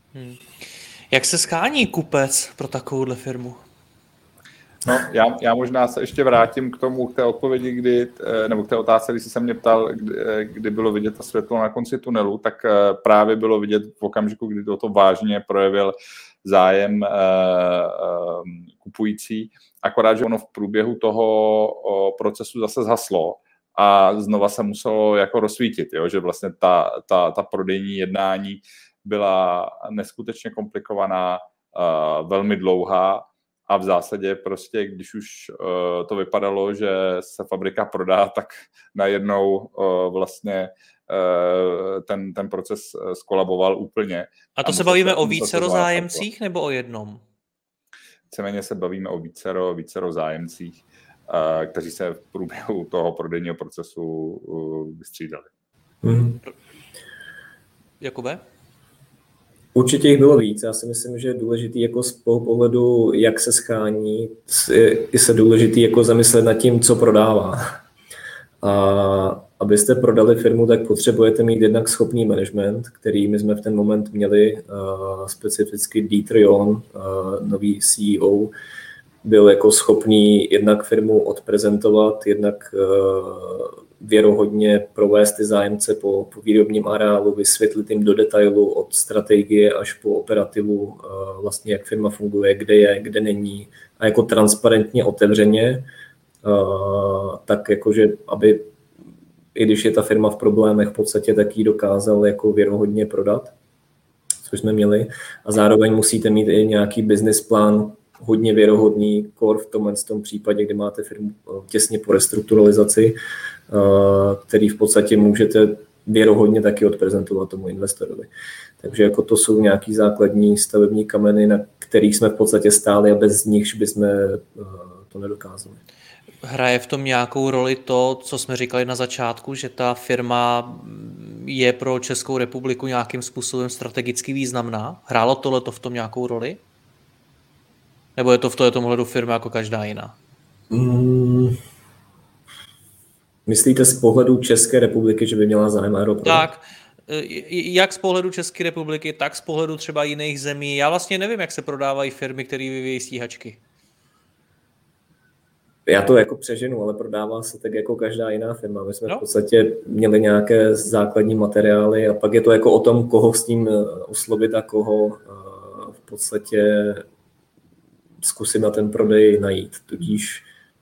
Jak se schání kupec pro takovouhle firmu? No, já možná se ještě vrátím k té odpovědi, nebo k té otázce, když jsi se mě ptal, kdy bylo vidět to světlo na konci tunelu, tak právě bylo vidět v okamžiku, kdy to vážně projevil zájem kupující, akorát, že ono v průběhu toho procesu zase zhaslo a znova se muselo jako rozsvítit, jo? Že vlastně ta prodejní jednání byla neskutečně komplikovaná, velmi dlouhá, a v zásadě prostě, když už to vypadalo, že se fabrika prodá, tak najednou vlastně ten proces skolaboval úplně. A to se bavíme o vícero zájemcích nebo o jednom? Víceméně se bavíme o vícero zájemcích, kteří se v průběhu toho prodejního procesu vystřídali. Jakube? Určitě jich bylo víc. Já si myslím, že je důležitý jako z pohledu, jak se schání, je se důležitý jako zamyslet nad tím, co prodává. A abyste prodali firmu, tak potřebujete mít jednak schopný management, který my jsme v ten moment měli, specificky Dieter John, nový CEO, byl jako schopný jednak firmu odprezentovat, jednak věrohodně provést ty zájemce po výrobním areálu, vysvětlit jim do detailu od strategie až po operativu, vlastně jak firma funguje, kde je, kde není a jako transparentně, otevřeně, tak jakože, aby i když je ta firma v problémech v podstatě, tak ji dokázal jako věrohodně prodat, což jsme měli. A zároveň musíte mít i nějaký business plán, hodně věrohodný, core v tom případě, kdy máte firmu těsně po restrukturalizaci, který v podstatě můžete věrohodně taky odprezentovat tomu investorovi. Takže jako to jsou nějaký základní stavební kameny, na kterých jsme v podstatě stáli a bez nichž bychom to nedokázali. Hraje v tom nějakou roli to, co jsme říkali na začátku, že ta firma je pro Českou republiku nějakým způsobem strategicky významná? Hrálo tohleto v tom nějakou roli? Nebo je to v tomhle hledu firma jako každá jiná? Myslíte z pohledu České republiky, že by měla zájem Aeroprodat? Tak, jak z pohledu České republiky, tak z pohledu třeba jiných zemí. Já vlastně nevím, jak se prodávají firmy, které vyvíjejí stíhačky. Já to jako přeženu, ale prodává se tak jako každá jiná firma. My jsme v podstatě měli nějaké základní materiály a pak je to jako o tom, koho s tím oslovit a koho v podstatě zkusit na ten prodej najít. Tudíž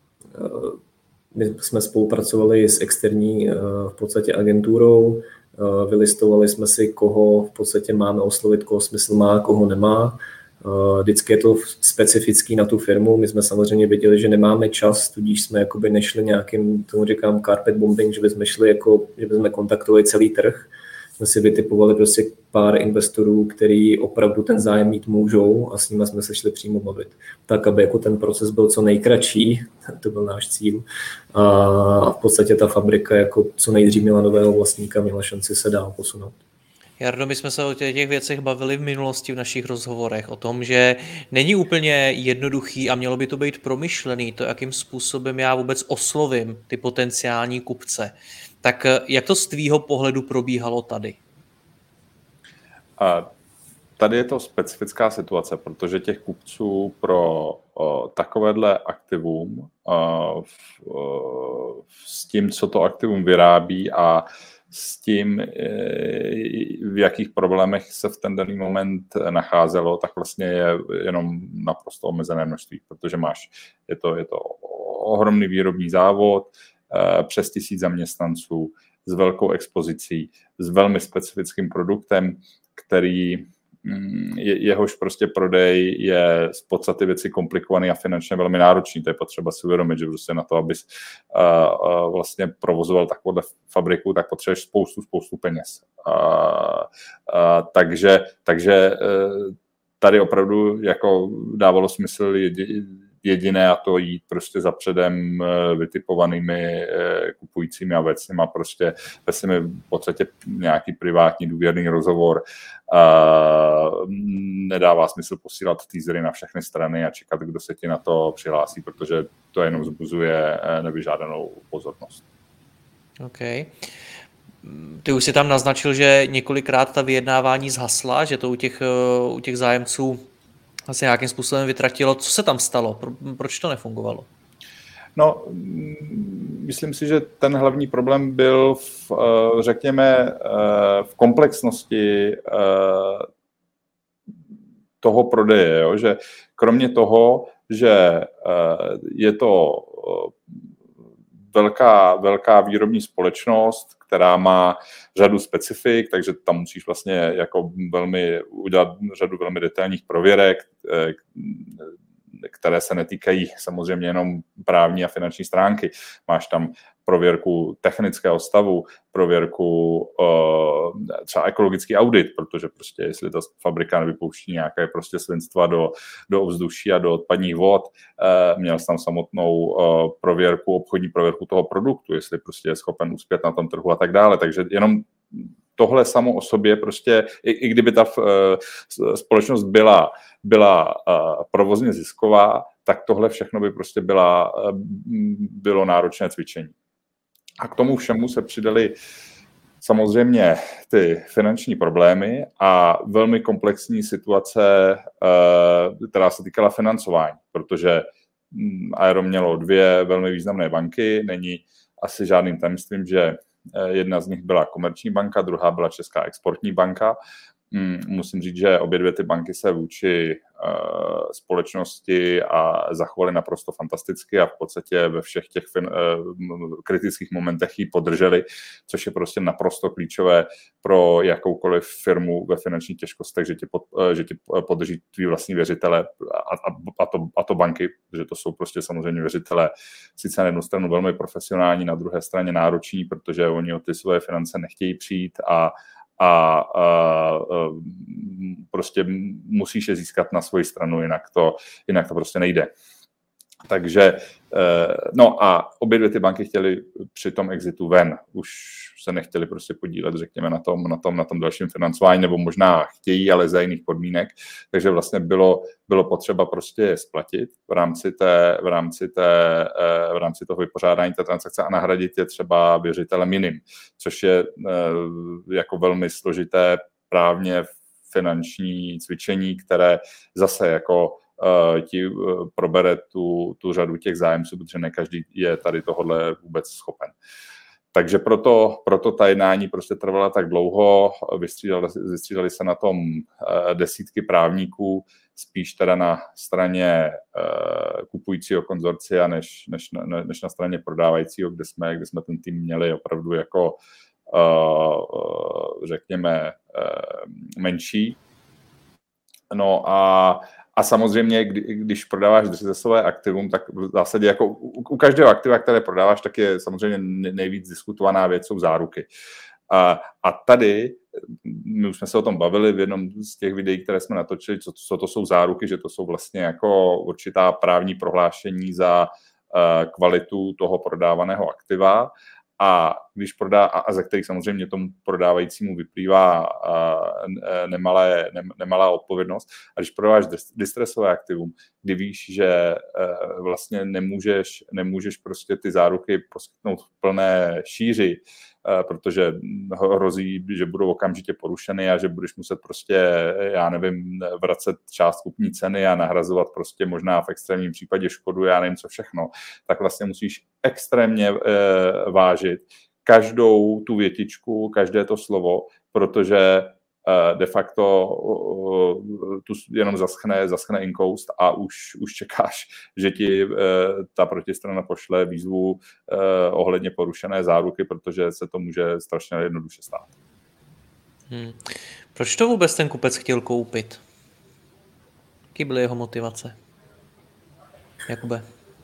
my jsme spolupracovali s externí v podstatě agenturou, vylistovali jsme si, koho v podstatě máme oslovit, koho smysl má, koho nemá. Vždycky je to specifický na tu firmu. My jsme samozřejmě věděli, že nemáme čas, tudíž jsme jakoby nešli nějakým, tomu říkám carpet bombing, že bychom šli jako, že bychom kontaktovali celý trh. Jsme si vytipovali prostě pár investorů, který opravdu ten zájem mít můžou a s nimi jsme se šli přímo bavit. Tak, aby jako ten proces byl co nejkratší, to byl náš cíl. A v podstatě ta fabrika jako co nejdřív měla nového vlastníka, měla šanci se dál posunout. Jardo, my jsme se o těch věcech bavili v minulosti v našich rozhovorech, o tom, že není úplně jednoduchý a mělo by to být promyšlený, to, jakým způsobem já vůbec oslovím ty potenciální kupce. Tak jak to z tvýho pohledu probíhalo tady? Tady je to specifická situace, protože těch kupců pro takovéhle aktivum s tím, co to aktivum vyrábí a s tím, v jakých problémech se v ten daný moment nacházelo, tak vlastně je jenom naprosto omezené množství, protože je to ohromný výrobní závod, přes 1000 zaměstnanců, s velkou expozicí, s velmi specifickým produktem, který jehož prostě prodej je z podstaty věci komplikovaný a finančně velmi náročný. To je potřeba si uvědomit, že prostě na to, abys vlastně provozoval takovou fabriku, tak potřebuješ spoustu peněz. Takže tady opravdu jako dávalo smysl jediné a to jít prostě za předem vytipovanými kupujícími a vecnými prostě v podstatě nějaký privátní důvěrný rozhovor. Nedává smysl posílat teasery na všechny strany a čekat, kdo se ti na to přihlásí, protože to jenom vzbuzuje nevyžádanou pozornost. OK. Ty už si tam naznačil, že několikrát ta vyjednávání zhasla, že to u těch zájemců asi nějakým způsobem vytratilo. Co se tam stalo? Proč to nefungovalo? No, myslím si, že ten hlavní problém byl řekněme, v komplexnosti toho prodeje, jo? Že kromě toho, že je to velká výrobní společnost, která má řadu specifik, takže tam musíš vlastně jako udělat řadu velmi detailních prověrek, které se netýkají samozřejmě jenom právní a finanční stránky. Máš tam prověrku technického stavu, prověrku třeba ekologický audit, protože prostě jestli ta fabrika nevypouští nějaké prostě svinstva do ovzduší a do odpadních vod, měl jsi tam samotnou obchodní prověrku toho produktu, jestli prostě je schopen uspět na tom trhu a tak dále. Takže jenom tohle samo o sobě prostě, i kdyby ta společnost byla provozně zisková, tak tohle všechno by prostě bylo náročné cvičení. A k tomu všemu se přidaly samozřejmě ty finanční problémy a velmi komplexní situace, která se týkala financování, protože Aero mělo 2 velmi významné banky, není asi žádným tajemstvím, že jedna z nich byla Komerční banka, druhá byla Česká exportní banka musím říct, že obě dvě ty banky se vůči společnosti a zachovaly naprosto fantasticky a v podstatě ve všech těch kritických momentech ji podrželi, což je prostě naprosto klíčové pro jakoukoliv firmu ve finančních těžkostech, že ti podrží tví vlastní věřitele a to banky, že to jsou prostě samozřejmě věřitelé sice na jednu stranu velmi profesionální, na druhé straně nároční, protože oni o ty svoje finance nechtějí přijít a prostě musíš je získat na svoji stranu, jinak to prostě nejde. Takže, no a obě dvě ty banky chtěly při tom exitu ven. Už se nechtěli prostě podílet, řekněme, na tom dalším financování, nebo možná chtějí, ale za jiných podmínek. Takže vlastně bylo potřeba prostě splatit v rámci toho vypořádání té transakce a nahradit je třeba věřitelem jiným, což je jako velmi složité právně finanční cvičení, které zase jako ti probere tu řadu těch zájemců, protože ne každý je tady tohodle vůbec schopen. Takže proto ta jednání prostě trvala tak dlouho, vystřídali se na tom desítky právníků, spíš teda na straně kupujícího konzorcia, než na straně prodávajícího, kde jsme ten tým měli opravdu jako řekněme menší. No a samozřejmě, když prodáváš dřezesové aktivum, tak v zásadě jako u každého aktiva, které prodáváš, tak je samozřejmě nejvíc diskutovaná věc jsou záruky. A tady, my už jsme se o tom bavili v jednom z těch videí, které jsme natočili, co to jsou záruky, že to jsou vlastně jako určitá právní prohlášení za kvalitu toho prodávaného aktiva. A když a ze kterých samozřejmě tomu prodávajícímu vyplývá nemalá odpovědnost. A když prodáváš distresové aktivum, kdy víš, že vlastně nemůžeš prostě ty záruky poskytnout v plné šíři, protože hrozí, že budou okamžitě porušeny a že budeš muset prostě, já nevím, vracet část kupní ceny a nahrazovat prostě možná v extrémním případě škodu, já nevím co všechno, tak vlastně musíš extrémně vážit každou tu větičku, každé to slovo, protože de facto tu jenom zaschne inkoust a už čekáš, že ti ta protistrana pošle výzvu ohledně porušené záruky, protože se to může strašně jednoduše stát. Proč to vůbec ten kupec chtěl koupit? Jaký byly jeho motivace? Jakube?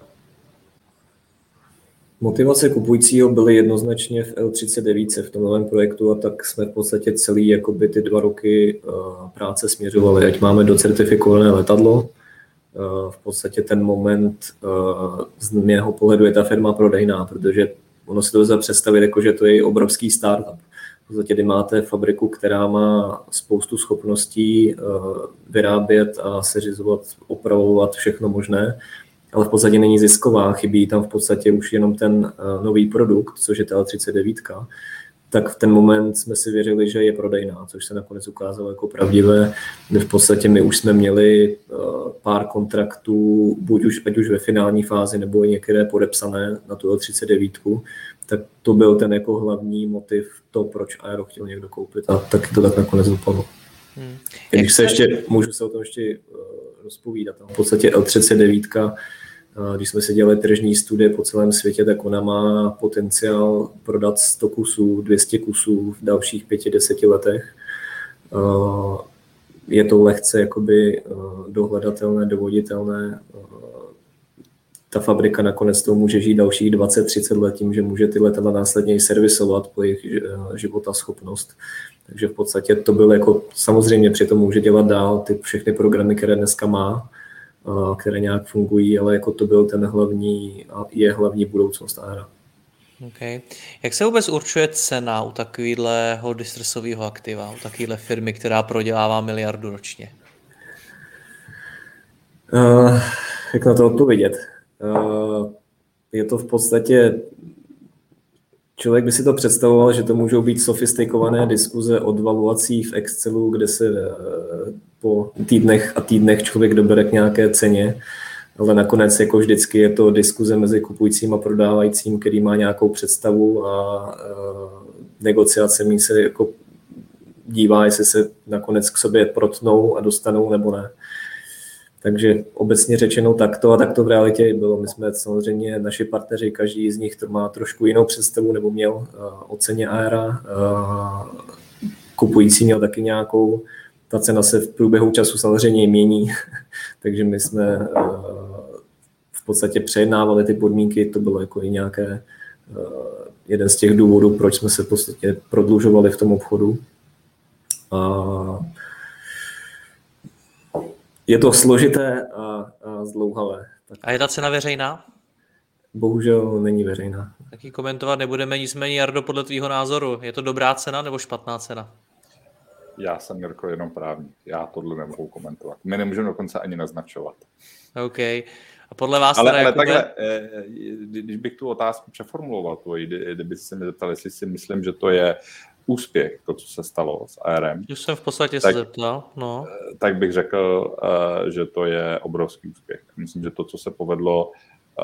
Motivace kupujícího byly jednoznačně v L39 v tom novém projektu a tak jsme v podstatě celý jakoby ty 2 roky práce směřovali. Ať máme docertifikované letadlo, v podstatě ten moment z mého pohledu je ta firma prodejná, protože ono si to lze představit, jako, že to je obrovský startup. V podstatě, kdy máte fabriku, která má spoustu schopností vyrábět a seřizovat, opravovat všechno možné, ale v podstatě není zisková, chybí tam v podstatě už jenom ten nový produkt, což je ta L39, tak v ten moment jsme si věřili, že je prodejná, což se nakonec ukázalo jako pravdivé. V podstatě my už jsme měli pár kontraktů, ať už ve finální fázi, nebo i některé podepsané na tu L39, tak to byl ten jako hlavní motiv, to, proč Aero chtěl někdo koupit a taky to tak nakonec dopadlo. Když můžu se o tom ještě rozpovídat. V podstatě L39, když jsme si dělali tržní studie po celém světě, tak ona má potenciál prodat 100 kusů, 200 kusů v dalších 5-10 letech. Je to lehce jakoby dohledatelné, dovoditelné. Ta fabrika nakonec toho může žít dalších 20-30 let tím, že může ty letadla následně i servisovat po jejich životaschopnost. Takže v podstatě to bylo jako, samozřejmě přitom může dělat dál ty všechny programy, které dneska má, které nějak fungují, ale jako to byl ten hlavní budoucnost Aera. Okay. Jak se vůbec určuje cena u takového distresového aktiva, u takovéhle firmy, která prodělává miliardu ročně? Jak na to odpovědět? Je to v podstatě, člověk by si to představoval, že to můžou být sofistikované diskuze od valuací v Excelu, kde se po týdnech a týdnech člověk dobere k nějaké ceně, ale nakonec jako vždycky je to diskuze mezi kupujícím a prodávajícím, který má nějakou představu a negociacemi se jako dívá, jestli se nakonec k sobě protnou a dostanou nebo ne. Takže obecně řečeno takto a takto v realitě i bylo. My jsme samozřejmě, naši partneři, každý z nich to má trošku jinou představu nebo měl o ceně Aera. Kupující měl taky nějakou, ta cena se v průběhu času samozřejmě mění, takže my jsme v podstatě přejednávali ty podmínky, to bylo jako i nějaké jeden z těch důvodů, proč jsme se v podstatě prodlužovali v tom obchodu. Je to složité a zdlouhavé. A je ta cena veřejná? Bohužel není veřejná. Tak ji komentovat nebudeme, nicméně Jardo, podle tvýho názoru, je to dobrá cena nebo špatná cena? Já jsem, Jirko, jenom právník. Já tohle nemohu komentovat. My nemůžeme dokonce ani naznačovat. OK. A podle vás ale teda takhle, když bych tu otázku přeformuloval, kdyby se mi zeptal, jestli si myslím, že to je úspěch, to, co se stalo s ARem. Už jsem v podstatě se zeptal, no. Tak bych řekl, že to je obrovský úspěch. Myslím, že to, co se povedlo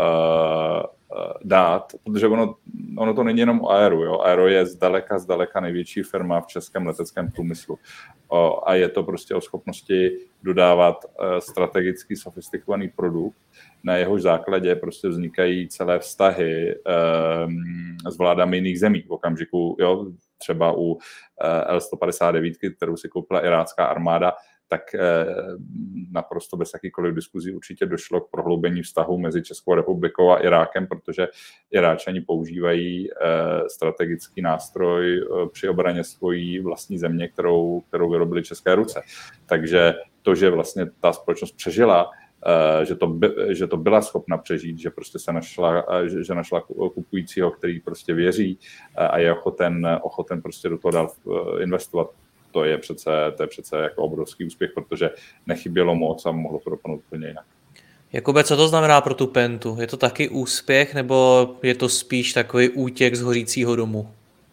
dát, protože ono to není jenom o Aeru. Jo? Aero je zdaleka největší firma v českém leteckém průmyslu. A je to prostě o schopnosti dodávat strategicky sofistikovaný produkt, na jehož základě prostě vznikají celé vztahy s vládami jiných zemí v okamžiku, jo? Třeba u L-159, kterou si koupila irácká armáda, tak naprosto bez jakýkoliv diskuzí určitě došlo k prohloubení vztahu mezi Českou republikou a Irákem, protože Iráčani používají strategický nástroj při obraně svojí vlastní země, kterou vyrobili české ruce. Takže to, že vlastně ta společnost přežila, že to byla schopna přežít, že prostě se našla kupujícího, který prostě věří a je ochoten prostě do toho dál investovat. To je přece jako obrovský úspěch, protože nechybělo moc a mohlo to dopadnout úplně jinak. Jakube, co to znamená pro tu Pentu? Je to taky úspěch, nebo je to spíš takový útěk z hořícího domu?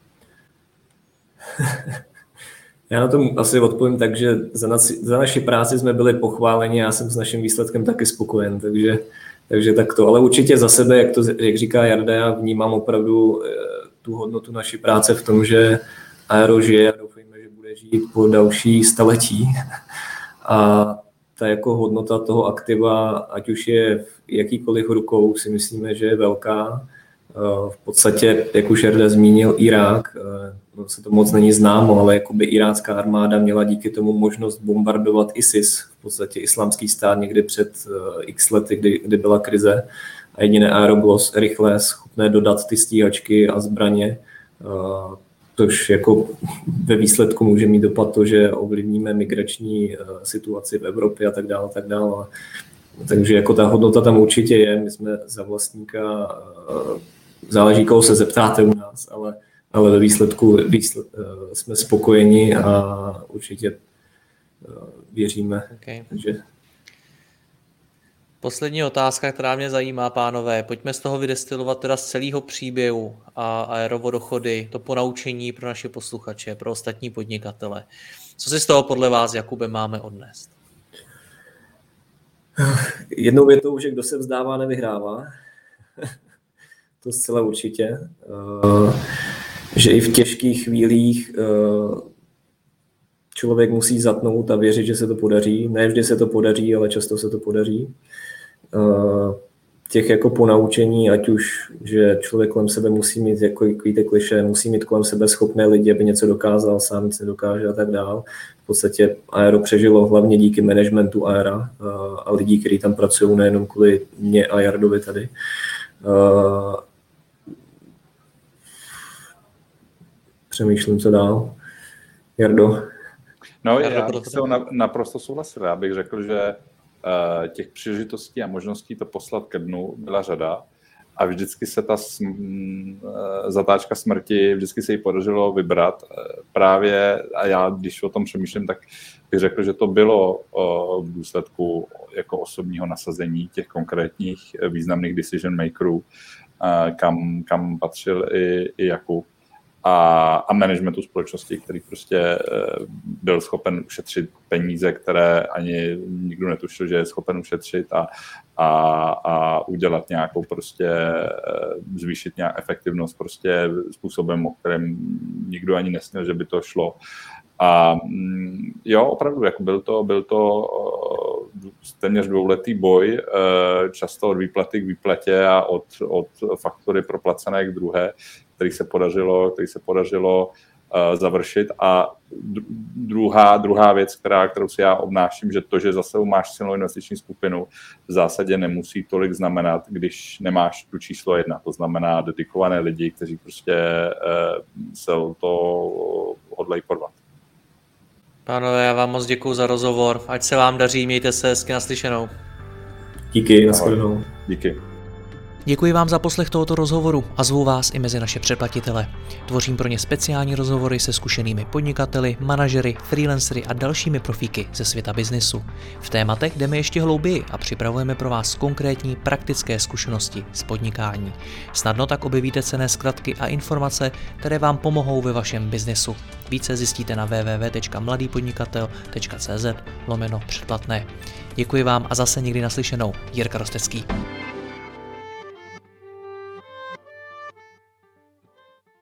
Já na tom asi odpovím tak, že za naši práci jsme byli pochváleni a já jsem s naším výsledkem taky spokojen, takže takto. Ale určitě za sebe, jak říká Jarda, já vnímám opravdu tu hodnotu naší práce v tom, že Aero žije a doufejme, že bude žít po další staletí. A ta jako hodnota toho aktiva, ať už je v jakýkoliv rukou, si myslíme, že je velká. V podstatě, jak už Jarda zmínil, Irák, no se to moc není známo, ale jakoby irácká armáda měla díky tomu možnost bombardovat ISIS, v podstatě islámský stát někdy před x lety, kdy byla krize. A jediné Aero bylo rychle schopné dodat ty stíhačky a zbraně, což jako ve výsledku může mít dopad to, že ovlivníme migrační situaci v Evropě a tak dále, tak dále. Takže jako ta hodnota tam určitě je, my jsme za vlastníka, záleží, koho se zeptáte u nás, ale ve výsledku jsme spokojeni a určitě věříme. Okay. Takže... Poslední otázka, která mě zajímá, pánové. Pojďme z toho vydestilovat teda z celého příběhu a Aerovodochody, to ponaučení pro naše posluchače, pro ostatní podnikatele. Co si z toho podle vás, Jakube, máme odnést? Jednou větou, že kdo se vzdává, nevyhrává. To zcela určitě. Že i v těžkých chvílích člověk musí zatnout a věřit, že se to podaří. Ne vždy se to podaří, ale často se to podaří. Těch jako ponaučení, ať už, že člověk kolem sebe musí mít, jako víte klišé, musí mít kolem sebe schopné lidi, aby něco dokázal, sám nic nedokáže a tak dál. V podstatě Aero přežilo hlavně díky managementu Aera a lidí, kteří tam pracují, nejenom kvůli mě a Jardovi tady. Přemýšlím, co dál. Jardo? No, já bych se naprosto souhlasil. Já bych řekl, že těch příležitostí a možností to poslat ke dnu byla řada a vždycky se ta zatáčka smrti, vždycky se jí podařilo vybrat. Právě, a já když o tom přemýšlím, tak bych řekl, že to bylo v důsledku jako osobního nasazení těch konkrétních významných decision makerů, kam patřil i Jakub. A managementu společnosti, který prostě byl schopen ušetřit peníze, které ani nikdo netušil, že je schopen ušetřit a udělat nějakou prostě, zvýšit nějakou efektivnost prostě způsobem, o kterém nikdo ani nesměl, že by to šlo. A jo, opravdu, jako byl to téměř dvouletý boj, často od výplaty k výplatě a od faktury proplacené k druhé, který se podařilo završit. A druhá věc, kterou si já obnáším, že to, že zase máš silnou investiční skupinu, v zásadě nemusí tolik znamenat, když nemáš tu číslo 1. To znamená dedikované lidi, kteří prostě se o to hodlají porvat. Pánové, já vám moc děkuju za rozhovor. Ať se vám daří, mějte se hezky, naslyšenou. Díky, nashledanou. Díky. Děkuji vám za poslech tohoto rozhovoru a zvu vás i mezi naše předplatitele. Tvořím pro ně speciální rozhovory se zkušenými podnikateli, manažery, freelancery a dalšími profíky ze světa biznisu. V tématech jdeme ještě hlouběji a připravujeme pro vás konkrétní praktické zkušenosti z podnikání. Snadno tak objevíte cenné zkratky a informace, které vám pomohou ve vašem biznesu. Více zjistíte na www.mladýpodnikatel.cz/předplatné. Děkuji vám a zase někdy naslyšenou. Jirka Rostecký.